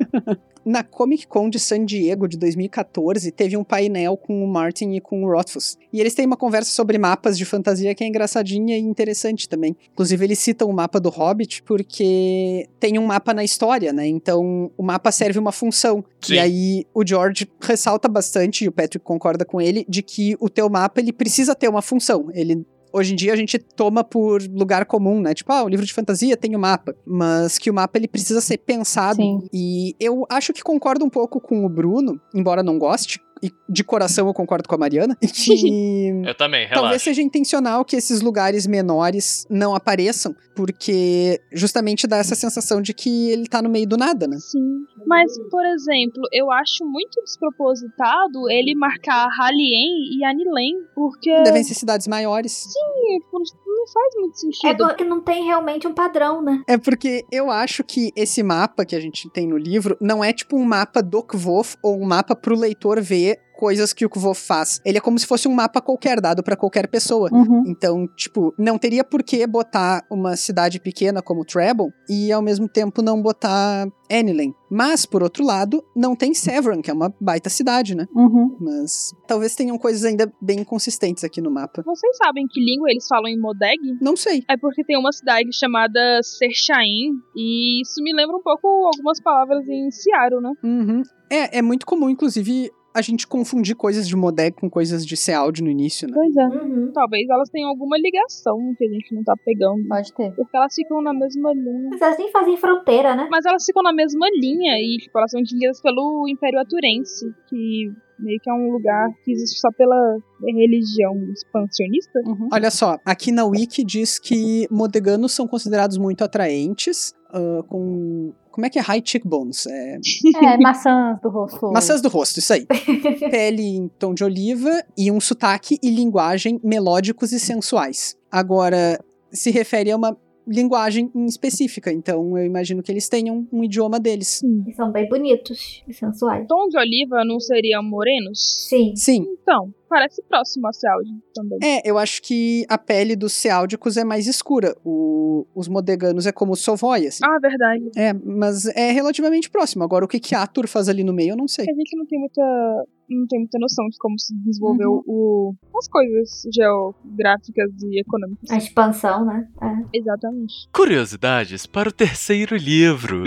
Na Comic Con de San Diego de dois mil e catorze, teve um painel com o Martin e com o Rothfuss. E eles têm uma conversa sobre mapas de fantasia que é engraçadinha e interessante também. Inclusive, eles citam o mapa do Hobbit porque tem um mapa na história, né? Então, o mapa serve uma função. Sim. E aí, o George ressalta bastante, e o Patrick concorda com ele, de que o teu mapa, ele precisa ter uma função. Ele... Hoje em dia a gente toma por lugar comum, né? Tipo, ah, o livro de fantasia tem o mapa. Mas que o mapa ele precisa ser pensado. Sim. E eu acho que concordo um pouco com o Bruno, embora não goste. E de coração eu concordo com a Mariana. Que Eu também, relaxa. talvez seja intencional que esses lugares menores não apareçam. Porque justamente dá essa sensação de que ele tá no meio do nada, né? Sim. Mas, por exemplo, eu acho muito despropositado ele marcar Halien e Anilen, porque... Devem ser cidades maiores. Sim, não faz muito sentido. É porque não tem realmente um padrão, né? É porque eu acho que esse mapa que a gente tem no livro não é tipo um mapa do Kvolf ou um mapa pro leitor ver coisas que o Kvolf faz. Ele é como se fosse um mapa qualquer, dado pra qualquer pessoa. Uhum. Então, tipo, não teria por que botar uma cidade pequena como Treble e, ao mesmo tempo, não botar Anilen. Mas, por outro lado, não tem Severn, que é uma baita cidade, né? Uhum. Mas talvez tenham coisas ainda bem inconsistentes aqui no mapa. Vocês sabem que língua eles falam em Modeg? Não sei. É porque tem uma cidade chamada Sershain, e isso me lembra um pouco algumas palavras em Seattle, né? Uhum. É, é muito comum, inclusive... a gente confundir coisas de Modeg com coisas de Sealdi no início, né? Pois é. Uhum. Talvez elas tenham alguma ligação que a gente não tá pegando. Pode ter. Porque elas ficam na mesma linha. Mas elas nem fazem fronteira, né? Mas elas ficam na mesma linha e, tipo, elas são divididas pelo Império Aturense, que meio que é um lugar que existe só pela religião expansionista. Uhum. Olha só, aqui na Wiki diz que modeganos são considerados muito atraentes, uh, com... Como é que é? High cheekbones. É... É, maçãs do rosto. Maçãs do rosto, isso aí. Pele em tom de oliva e um sotaque e linguagem melódicos e sensuais. Agora, se refere a uma linguagem específica, então eu imagino que eles tenham um idioma deles. E são bem bonitos e sensuais. Tom de oliva não seriam morenos? Sim. Sim. Então, parece próximo a Sealdi também. É, eu acho que a pele dos seáldicos é mais escura. O, os modeganos é como o Sovoi, assim. Ah, verdade. É, mas é relativamente próximo. Agora, o que que Atur faz ali no meio, eu não sei. A gente não tem muita, não tem muita noção de como se desenvolveu Uhum. o, as coisas geográficas e econômicas. A expansão, né? É. Exatamente. Curiosidades para o terceiro livro.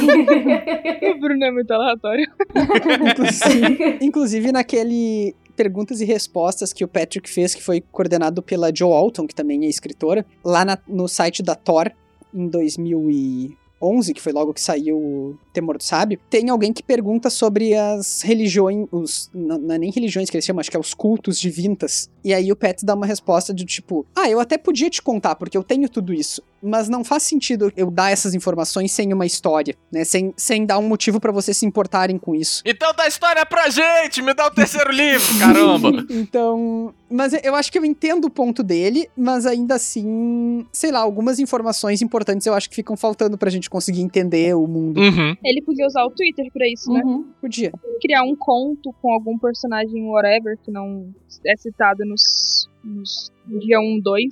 O Bruno é muito aleatório. Inclusive, inclusive naquele perguntas e respostas que o Patrick fez, que foi coordenado pela Jo Alton, que também é escritora, lá na, no site da Tor, em dois mil e onze, que foi logo que saiu o Temor do Sábio, tem alguém que pergunta sobre as religiões, os, não, não é nem religiões que eles chamam, acho que é os cultos de Vintas. E aí o Pat dá uma resposta de tipo, ah, eu até podia te contar, porque eu tenho tudo isso, mas não faz sentido eu dar essas informações sem uma história, né, sem, sem dar um motivo pra vocês se importarem com isso. Então dá história pra gente, me dá o terceiro livro, caramba. Então, mas eu acho que eu entendo o ponto dele, mas ainda assim, sei lá, algumas informações importantes eu acho que ficam faltando pra gente conseguir entender o mundo. Uhum. Ele podia usar o Twitter pra isso, né? Uhum. Podia. Criar um conto com algum personagem whatever que não é citado nos, nos dia um, dois.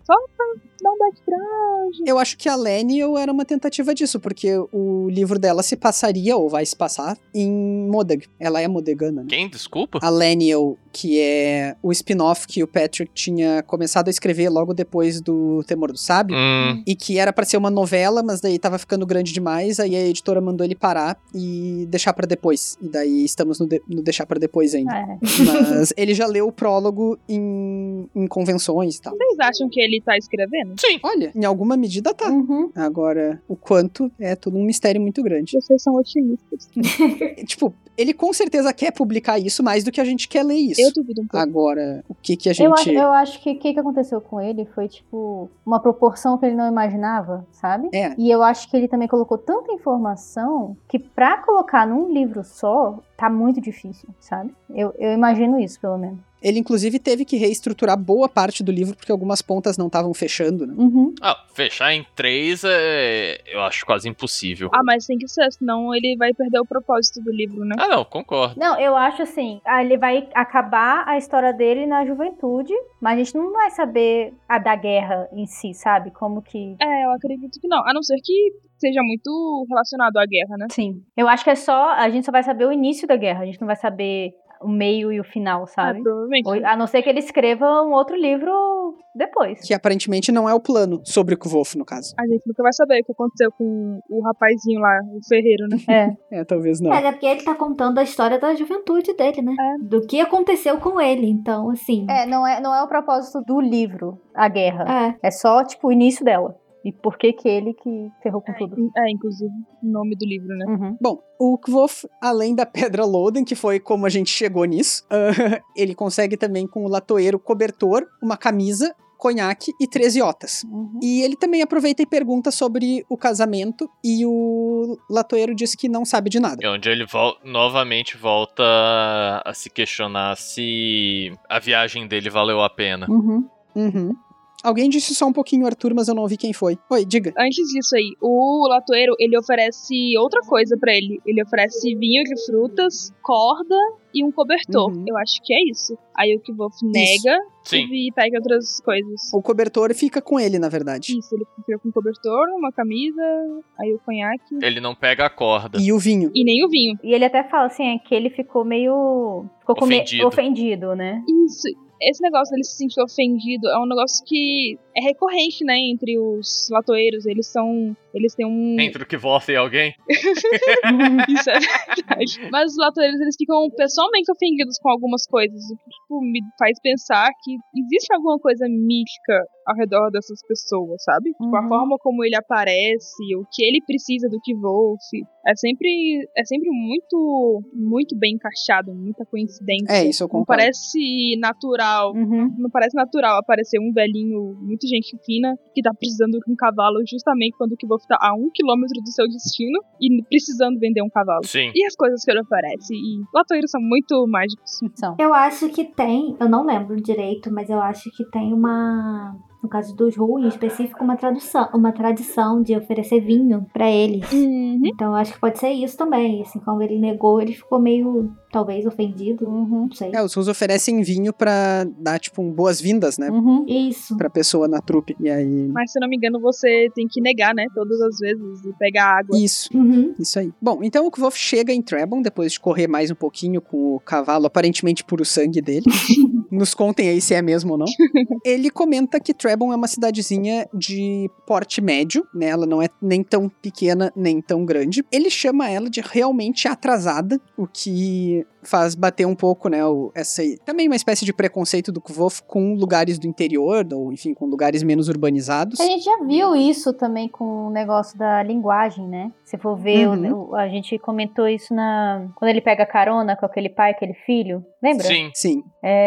só pra dar um background. Eu acho que a Leniel era uma tentativa disso, porque o livro dela se passaria, ou vai se passar, em Modag. Ela é modegana, né? Quem? Desculpa? A Leniel, que é o spin-off que o Patrick tinha começado a escrever logo depois do Temor do Sábio, Hum, e que era pra ser uma novela, mas daí tava ficando grande demais, aí a editora mandou ele parar e deixar pra depois. E daí estamos no, de- no deixar pra depois ainda. É. Mas ele já leu o prólogo em, em convenções e tal. Vocês acham que ele tá escrevendo? sim. Olha, em alguma medida tá. Uhum. Agora, o quanto é tudo um mistério muito grande. Vocês são otimistas. Tipo, ele com certeza quer publicar isso mais do que a gente quer ler isso. Eu duvido um pouco. Agora, o que que a Eu, acho, gente... eu acho que o que, que aconteceu com ele foi, tipo, uma proporção que ele não imaginava, sabe? É. E eu acho que ele também colocou tanta informação que pra colocar num livro só, tá muito difícil, sabe? Eu, eu imagino isso, pelo menos. Ele, inclusive, teve que reestruturar boa parte do livro, porque algumas pontas não estavam fechando, né? Uhum. Ah, fechar em três é. Eu acho quase impossível. Ah, mas tem que ser, senão ele vai perder o propósito do livro, né? Ah, não, concordo. Não, eu acho assim, ah, ele vai acabar a história dele na juventude, mas a gente não vai saber a da guerra em si, sabe? Como que... É, eu acredito que não. A não ser que seja muito relacionado à guerra, né? Sim. Eu acho que é só, a gente só vai saber o início da guerra, a gente não vai saber o meio e o final, Ah, sabe? provavelmente. Ou- A não ser que ele escreva um outro livro depois. Que aparentemente não é o plano sobre o Kvof, no caso. A gente nunca vai saber o que aconteceu com o rapazinho lá, o ferreiro, né? É. É, talvez não. É, é porque ele tá contando a história da juventude dele, né? É. Do que aconteceu com ele. Então, assim. É, não é, não é o propósito do livro, a guerra. É. É só, tipo, o início dela. E por que que ele que ferrou com tudo. É, inclusive, o nome do livro, né? Uhum. Bom, o Kvof, além da Pedra Loden, que foi como a gente chegou nisso, ah, ele consegue também com o latoeiro cobertor, uma camisa, conhaque e três iotas. Uhum. E ele também aproveita e pergunta sobre o casamento, e o latoeiro diz que não sabe de nada. É onde ele vol- novamente volta a se questionar se a viagem dele valeu a pena. Uhum. Uhum. Alguém disse só um pouquinho, Arthur, mas eu não ouvi quem foi. Oi, diga. Antes disso aí, o latoeiro, ele oferece outra coisa pra ele. Ele oferece vinho de frutas, corda e um cobertor. Uhum. Eu acho que é isso. Aí o Kvof nega Sim. e pega outras coisas. O cobertor fica com ele, na verdade. Isso, ele fica com um cobertor, uma camisa, aí o conhaque Ele não pega a corda. E o vinho. e nem o vinho. E ele até fala assim, é que ele ficou meio... Ficou com me- Ofendido. ofendido, né? Isso. Esse negócio dele se sentir ofendido é um negócio que é recorrente, né, entre os latoeiros. Eles são... Eles têm um... Entre o que volta e alguém. Isso é verdade. Mas os latoeiros, eles ficam pessoalmente ofendidos com algumas coisas. O que, tipo, me faz pensar que existe alguma coisa mística ao redor dessas pessoas, sabe? Tipo, a Uhum. forma como ele aparece, o que ele precisa do Kvof. É sempre, é sempre muito, muito bem encaixado, muita coincidência. É, isso eu Não concordo. parece natural. Uhum. Não parece natural aparecer um velhinho, muito gente fina, que tá precisando de um cavalo justamente quando o Kvof tá a um quilômetro do seu destino e precisando vender um cavalo. Sim. E as coisas que ele oferece. E latoeiros são muito mágicos. São. Eu acho que tem, eu não lembro direito, mas eu acho que tem uma, no caso dos Ru, em específico, uma tradução, uma tradição de oferecer vinho pra eles. Uhum. Então eu acho que pode ser isso também. Assim, como ele negou, ele ficou meio, talvez, ofendido. Uhum. Não sei. É, os Rus oferecem vinho pra dar, tipo, um boas-vindas, né? Uhum. Isso. Pra pessoa na trupe. E aí... Mas se não me engano, você tem que negar, né? Todas as vezes e pegar água. Isso. Uhum. Isso aí. Bom, então o Kvof chega em Trebon, depois de correr mais um pouquinho com o cavalo, aparentemente puro sangue dele. Nos contem aí se é mesmo ou não. Ele comenta que Trebon é uma cidadezinha de porte médio, né? Ela não é nem tão pequena, nem tão grande. Ele chama ela de realmente atrasada, o que faz bater um pouco, né? O, essa, também uma espécie de preconceito do Kvof com lugares do interior, ou enfim, com lugares menos urbanizados. A gente já viu isso também com o negócio da linguagem, né? Se for ver, Uhum. o- o- a gente comentou isso na quando ele pega carona com aquele pai, aquele filho. Lembra? Sim. Sim.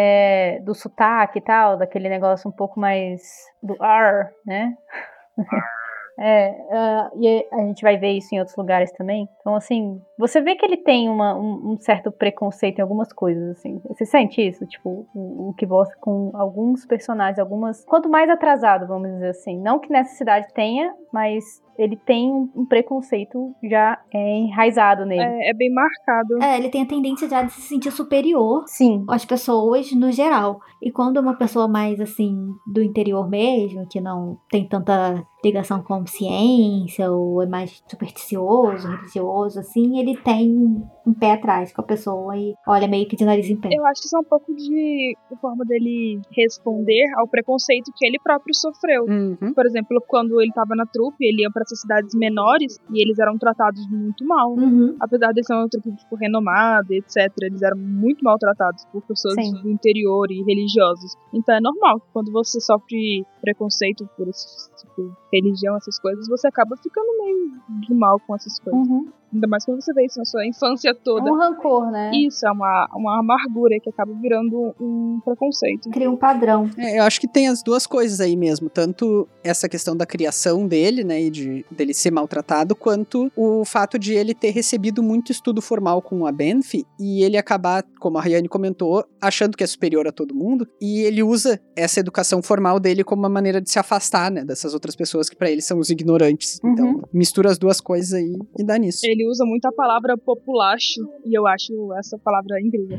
É, do sotaque e tal, daquele negócio um pouco mais do R, né? É, ah, e a gente vai ver isso em outros lugares também. Então, assim, você vê que ele tem uma, um, um certo preconceito em algumas coisas, assim. Você sente isso? Tipo, o, o Kvoth com alguns personagens, algumas... Quanto mais atrasado, vamos dizer assim. Não que nessa cidade tenha, mas... ele tem um preconceito já é, enraizado nele. É, é bem marcado. É, ele tem a tendência já de se sentir superior Sim. às pessoas no geral. E quando é uma pessoa mais, assim, do interior mesmo, que não tem tanta ligação com ciência, ou é mais supersticioso, religioso, assim, ele tem um pé atrás com a pessoa e olha meio que de nariz em pé. Eu acho que isso é um pouco de, de forma dele responder ao preconceito que ele próprio sofreu. Uhum. Por exemplo, quando ele tava na trupe, ele ia pra essas cidades menores e eles eram tratados muito mal. Uhum. Apesar de ser uma trupe tipo, renomada, etcétera, eles eram muito maltratados por pessoas Sim. do interior e religiosos. Então é normal que quando você sofre preconceito por esse tipo, religião, essas coisas, você acaba ficando meio de mal com essas coisas. Uhum. Ainda mais quando você vê isso na sua infância toda. É um rancor, né? Isso, é uma, uma amargura que acaba virando um preconceito. Cria um padrão. É, eu acho que tem as duas coisas aí mesmo, tanto essa questão da criação dele, né, e de dele ser maltratado, quanto o fato de ele ter recebido muito estudo formal com a Banff e ele acabar, como a Rayane comentou, achando que é superior a todo mundo, e ele usa essa educação formal dele como uma maneira de se afastar, né, dessas outras pessoas que pra ele são os ignorantes. Uhum. Então, mistura as duas coisas aí e dá nisso. Ele usa muito a palavra populacho, e eu acho essa palavra incrível.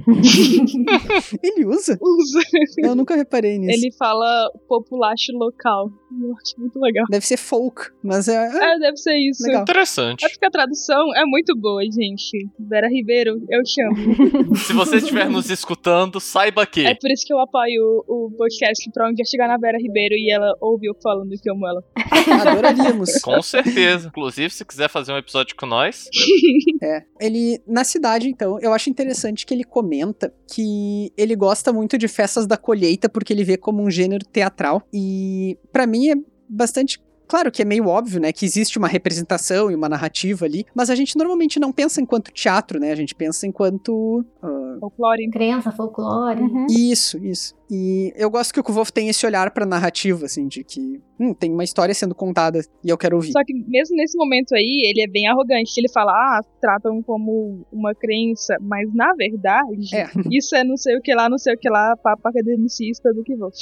Ele usa? Usa. Eu nunca reparei nisso. Ele fala populacho local. Eu acho muito legal. Deve ser folk, mas é... É, deve ser isso. Legal. Interessante. É porque a tradução é muito boa, gente. Vera Ribeiro, eu chamo. Se você estiver nos escutando, saiba que... É por isso que eu apoio o, o podcast pra um dia chegar na Vera Ribeiro e ela ouvir eu falando que eu amo ela. Adoraríamos. Com certeza. Inclusive, se quiser fazer um episódio com nós... É, ele, na cidade, então, eu acho interessante que ele comenta que ele gosta muito de festas da colheita porque ele vê como um gênero teatral e, pra mim, é bastante... Claro que é meio óbvio, né, que existe uma representação e uma narrativa ali, mas a gente normalmente não pensa enquanto teatro, né, a gente pensa enquanto... Uh... Folclore. Crença, folclore. Uhum. Isso, isso. E eu gosto que o Kvoth tem esse olhar pra narrativa, assim, de que hum, tem uma história sendo contada e eu quero ouvir. Só que mesmo nesse momento aí, ele é bem arrogante. Ele fala, ah, tratam como uma crença, mas na verdade, É. isso é não sei o que lá, não sei o que lá, papo academicista do que vou.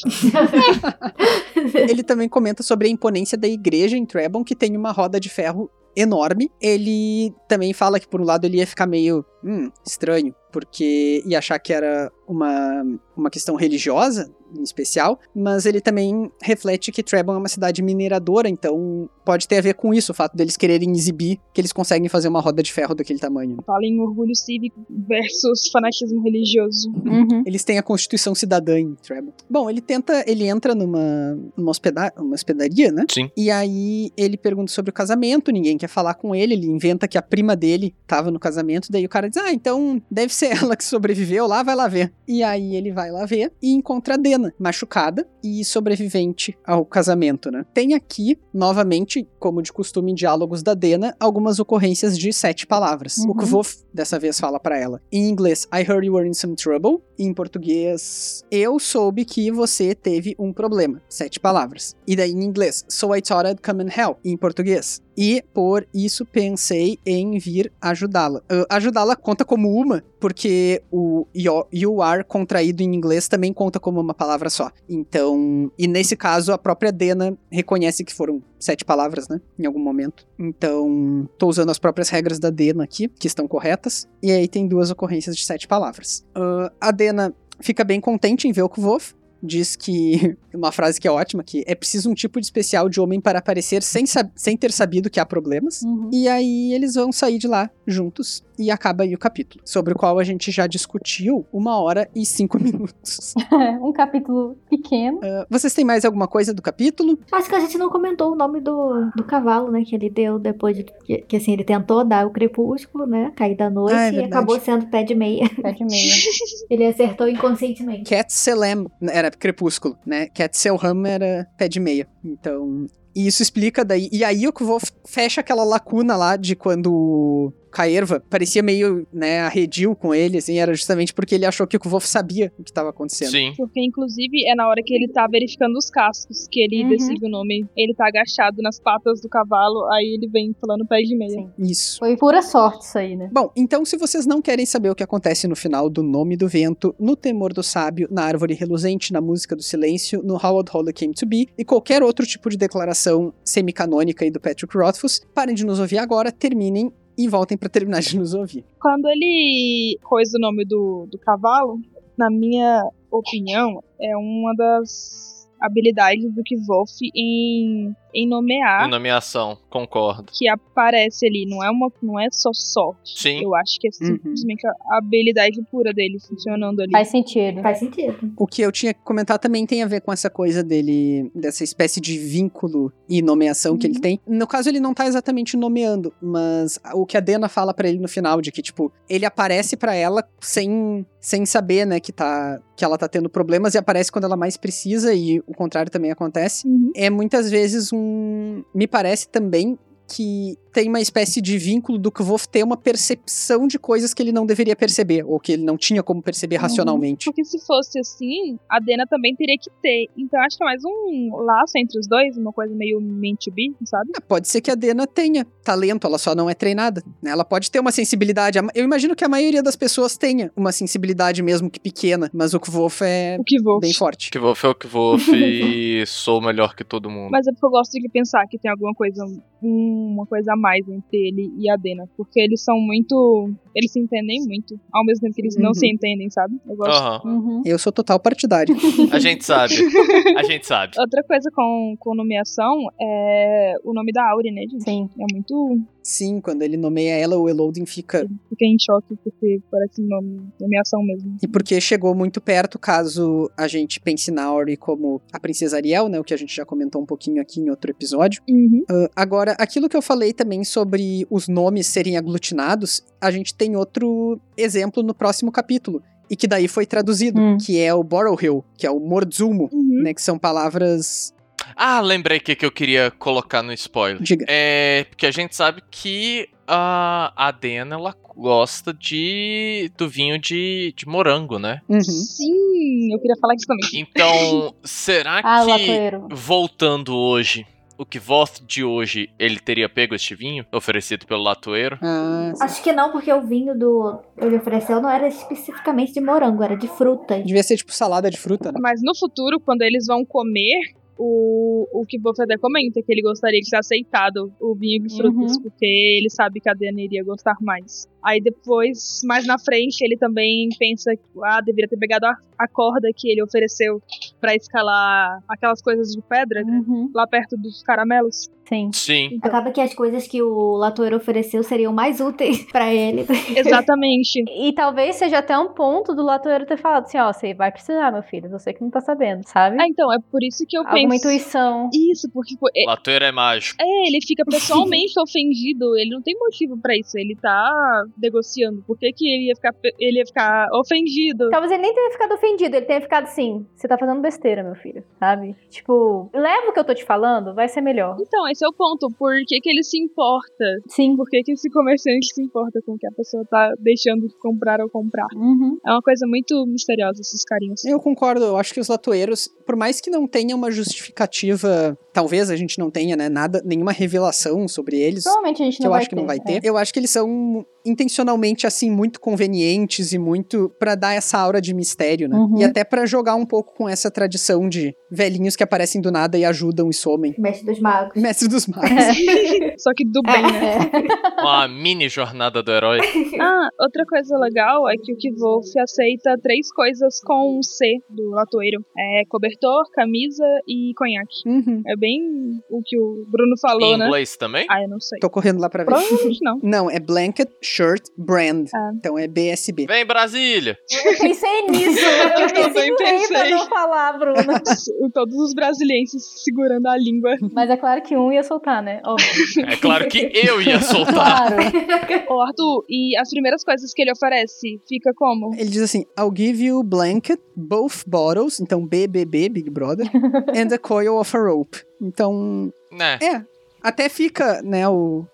Ele também comenta sobre a imponência da igreja em Trebon, que tem uma roda de ferro enorme. Ele também fala que, por um lado, ele ia ficar meio hum, estranho, porque ia achar que era uma, uma questão religiosa, em especial, mas ele também reflete que Trebon é uma cidade mineradora, então pode ter a ver com isso, o fato deles quererem exibir que eles conseguem fazer uma roda de ferro daquele tamanho. Fala em orgulho cívico versus fanatismo religioso. Uhum. Eles têm a Constituição Cidadã em Trebon. Bom, ele tenta, ele entra numa, numa hospeda- uma hospedaria, né? Sim. E aí ele pergunta sobre o casamento, ninguém quer falar com ele, ele inventa que a prima dele tava no casamento, daí o cara diz, ah, então deve ser ela que sobreviveu lá, vai lá ver. E aí ele vai lá ver e encontra a Dena, machucada e sobrevivente ao casamento, né? Tem aqui, novamente, como de costume em diálogos da Dena, algumas ocorrências de sete palavras. Uhum. O Kvoth, dessa vez, fala pra ela. Em inglês, I heard you were in some trouble. Em português, eu soube que você teve um problema. Sete palavras. E daí em inglês, so I thought I'd come and help. Em português, e por isso pensei em vir ajudá-la. Uh, ajudá-la conta como uma, porque o you, you are contraído em inglês também conta como uma palavra só. Então, e nesse caso a própria Dena reconhece que foram sete palavras, né, em algum momento. Então, tô usando as próprias regras da Dena aqui, que estão corretas, e aí tem duas ocorrências de sete palavras. Uh, a Dena fica bem contente em ver o Kvoth, diz que, uma frase que é ótima, que é preciso um tipo de especial de homem para aparecer sem, sem ter sabido que há problemas. Uhum. E aí eles vão sair de lá juntos e acaba aí o capítulo, sobre o qual a gente já discutiu uma hora e cinco minutos. Um capítulo pequeno. Uh, vocês têm mais alguma coisa do capítulo? Acho que a gente não comentou o nome do, do cavalo, né, que ele deu depois de que, que assim, ele tentou dar o crepúsculo, né, cair da noite Ah, é e verdade. acabou sendo pé de meia. Pé de meia. Ele acertou inconscientemente. Cat Selem era crepúsculo, né? Cat Selham era pé de meia. Então, e isso explica daí. E aí o Kvoth fecha aquela lacuna lá de quando Caerva parecia meio, né, arredio com ele, assim, era justamente porque ele achou que o Kvolf sabia o que estava acontecendo. Sim. Porque, inclusive, é na hora que ele tá verificando os cascos que ele Uhum. decide o nome. Ele tá agachado nas patas do cavalo, aí ele vem falando pé de meia. Sim. Isso. Foi pura sorte isso aí, né? Bom, então se vocês não querem saber o que acontece no final do Nome do Vento, no Temor do Sábio, na Árvore Reluzente, na Música do Silêncio, no How Old Hollow Came to Be e qualquer outro tipo de declaração semicanônica aí do Patrick Rothfuss, parem de nos ouvir agora, terminem e voltem pra terminar de nos ouvir. Quando ele coisa o nome do, do cavalo, na minha opinião, é uma das habilidades do Kvolf em, em nomear, Em nomeação, concordo. que aparece ali. Não é, uma, não é só sorte. Sim. Eu acho que é Uhum. simplesmente a habilidade pura dele funcionando ali. Faz sentido. Faz sentido. O que eu tinha que comentar também tem a ver com essa coisa dele, dessa espécie de vínculo e nomeação que ele tem. No caso, ele não tá exatamente nomeando, mas o que a Dena fala pra ele no final, de que, tipo, ele aparece pra ela sem, sem saber, né, que, tá, que ela tá tendo problemas e aparece quando ela mais precisa, e o contrário também acontece. Uhum. É muitas vezes um... Me parece também que tem uma espécie de vínculo do Kvolf ter uma percepção de coisas que ele não deveria perceber, ou que ele não tinha como perceber racionalmente. Porque se fosse assim, a Dena também teria que ter. Então acho que é mais um laço entre os dois, uma coisa meio meant to be, sabe? Ah, pode ser que a Dena tenha talento, ela só não é treinada, né? Ela pode ter uma sensibilidade. Eu imagino que a maioria das pessoas tenha uma sensibilidade mesmo que pequena, mas o Kvolf é O Kvolf. bem forte. Kvolf é o Kvolf e sou melhor que todo mundo. Mas é porque eu gosto de pensar que tem alguma coisa, uma coisa a mais entre ele e a Dena. Porque eles são muito... Eles se entendem muito, ao mesmo tempo que eles Uhum. não se entendem, sabe? Eu gosto. Aham. Uhum. Eu sou total partidário. A gente sabe. A gente sabe. Outra coisa com, com nomeação é o nome da Auri, né, gente? Sim. É muito... Sim, quando ele nomeia ela, o Elodin fica... Fiquei em choque, porque parece nome, nomeação mesmo. E porque chegou muito perto, caso a gente pense na Auri como a Princesa Ariel, né? O que a gente já comentou um pouquinho aqui em outro episódio. Uhum. Uh, agora, aquilo que eu falei também sobre os nomes serem aglutinados, a gente tem outro exemplo no próximo capítulo. E que daí foi traduzido, Hum. que é o Borrowhill, que é o Morzumo, Uhum. né? Que são palavras... Ah, lembrei que que eu queria colocar no spoiler. Diga. É, porque a gente sabe que a, a Dena, ela gosta de do vinho de, de morango, né? Uhum. Sim, eu queria falar isso também. Então, será Ah, que, latoeiro. voltando hoje, o Kvolf de hoje, ele teria pego este vinho oferecido pelo latoeiro? Ah, sim. Acho que não, porque o vinho do ele ofereceu não era especificamente de morango, era de frutas. Devia ser tipo salada de fruta, né? Mas no futuro, quando eles vão comer, o, o Kvolf até comenta que ele gostaria de ter aceitado o vinho de frutas, Uhum. porque ele sabe que a Dena iria gostar mais. Aí depois, mais na frente, ele também pensa que, ah, deveria ter pegado a, a corda que ele ofereceu pra escalar aquelas coisas de pedra, né, Uhum. lá perto dos caramelos. Sim. Sim. Acaba que as coisas que o Latoeiro ofereceu seriam mais úteis pra ele. Exatamente. E talvez seja até um ponto do latoeiro ter falado assim, ó, você vai precisar, meu filho, você que não tá sabendo, sabe? Ah, então, é por isso que eu Alguma penso... intuição. Isso, porque pô, é, Latoeiro é mágico. é, ele fica pessoalmente ofendido, ele não tem motivo pra isso, ele tá negociando. Por que que ele ia ficar, pe- ele ia ficar ofendido? Talvez ele nem tenha ficado ofendido, ele tenha ficado assim, você tá fazendo besteira, meu filho, sabe? Tipo, leva o que eu tô te falando, vai ser melhor. Então, esse é o ponto. Por que que ele se importa? Sim. Por que que esse comerciante se importa com o que a pessoa tá deixando de comprar ou comprar? Uhum. É uma coisa muito misteriosa, esses carinhos. Eu concordo, eu acho que os latoeiros, por mais que não tenha uma justificativa, talvez a gente não tenha, né, nada, nenhuma revelação sobre eles, Provavelmente a gente que não eu vai acho que ter. não vai é. ter. Eu acho que eles são intencionalmente, assim, muito convenientes e muito pra dar essa aura de mistério, né? Uhum. E até pra jogar um pouco com essa tradição de velhinhos que aparecem do nada e ajudam e somem. Mestre dos magos. Mestre dos magos. Só que do bem, né? É. Uma mini jornada do herói. Ah, outra coisa legal é que o Kvolf aceita três coisas com um C do latoeiro. É cobertor, camisa e conhaque. Uhum. É bem o que o Bruno falou, Em né? inglês também? Ah, eu não sei. Tô correndo lá pra ver. Provavelmente não. Não, é Blanket Shirt Brand. Ah. Então é B S B. Vem, Brasília! Eu pensei nisso, eu Eu me também segurei pra pensei. não falar, Bruna. Todos os brasilienses segurando a língua. Mas é claro que um ia soltar, né? Óbvio. É claro que eu ia soltar. Claro. Ô, Arthur, e as primeiras coisas que ele oferece, fica como? Ele diz assim, I'll give you blanket, both bottles, então B B B, Big Brother, and a coil of a rope. Então, Né? é, até fica, né, o,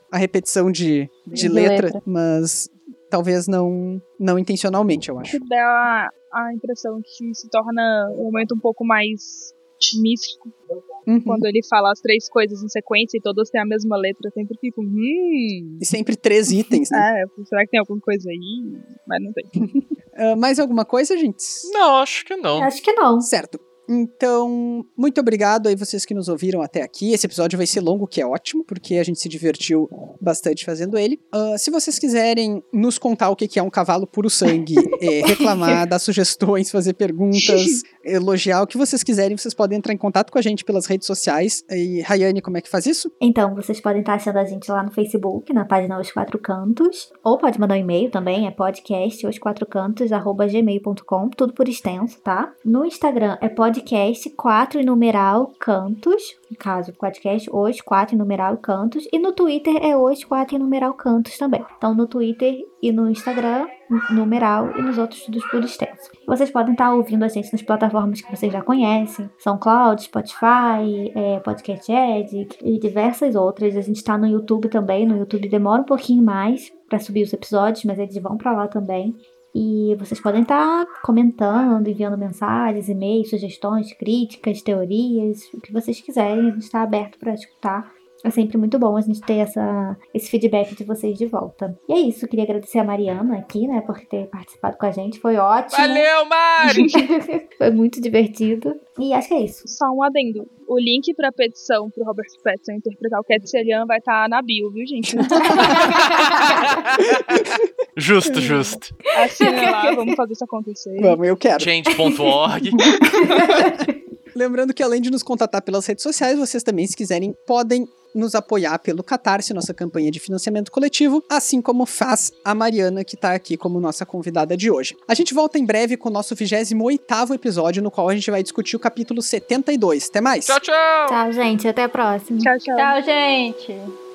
a repetição de, de, De letra, letra. mas talvez não, não intencionalmente, eu acho. Que dá a impressão que se torna um momento um pouco mais místico. Uhum. Quando ele fala as três coisas em sequência e todas têm a mesma letra, eu sempre fico, hum... E sempre três itens, né? É, será que tem alguma coisa aí? Mas não tem. Uh, mais alguma coisa, gente? Não, acho que não. Acho que não. Certo. Então, muito obrigado aí vocês que nos ouviram até aqui. Esse episódio vai ser longo, que é ótimo, porque a gente se divertiu bastante fazendo ele. Uh, se vocês quiserem nos contar o que é um cavalo puro sangue, é, reclamar, dar sugestões, fazer perguntas, elogiar, o que vocês quiserem, vocês podem entrar em contato com a gente pelas redes sociais. E, Rayane, como é que faz isso? Então, vocês podem estar achando a gente lá no Facebook, na página Os Quatro Cantos. Ou pode mandar um e-mail também, é podcast os quatro cantos arroba gmail ponto com, tudo por extenso, tá? No Instagram é podcast quatro e numeral cantos, no caso, podcast Os quatro e numeral cantos. E no Twitter é Os quatro e numeral cantos também. Então, no Twitter e no Instagram, numeral, e nos outros tudo por extenso. Vocês podem estar ouvindo a gente nas plataformas que vocês já conhecem, SoundCloud, Spotify, é, Podcast Addict e diversas outras. A gente tá no YouTube também, no YouTube demora um pouquinho mais para subir os episódios, mas eles vão para lá também. E vocês podem estar comentando, enviando mensagens, e-mails, sugestões, críticas, teorias, o que vocês quiserem, a gente está aberto para escutar. É sempre muito bom a gente ter essa, esse feedback de vocês de volta. E é isso, queria agradecer a Mariana aqui, né, por ter participado com a gente, foi ótimo. Valeu, Mari! Foi muito divertido. E acho que é isso. Só um adendo. O link pra petição pro Robert Pattinson interpretar o Cat Celian vai estar tá na bio, viu, gente? Justo, justo. Assina lá, vamos fazer isso acontecer. Vamos, eu quero. change ponto org. Lembrando que além de nos contatar pelas redes sociais, vocês também, se quiserem, podem nos apoiar pelo Catarse, nossa campanha de financiamento coletivo, assim como faz a Mariana, que tá aqui como nossa convidada de hoje. A gente volta em breve com o nosso vigésimo oitavo episódio, no qual a gente vai discutir o capítulo setenta e dois. Até mais! Tchau, tchau! Tchau, gente. Até a próxima. Tchau, tchau. Tchau, gente!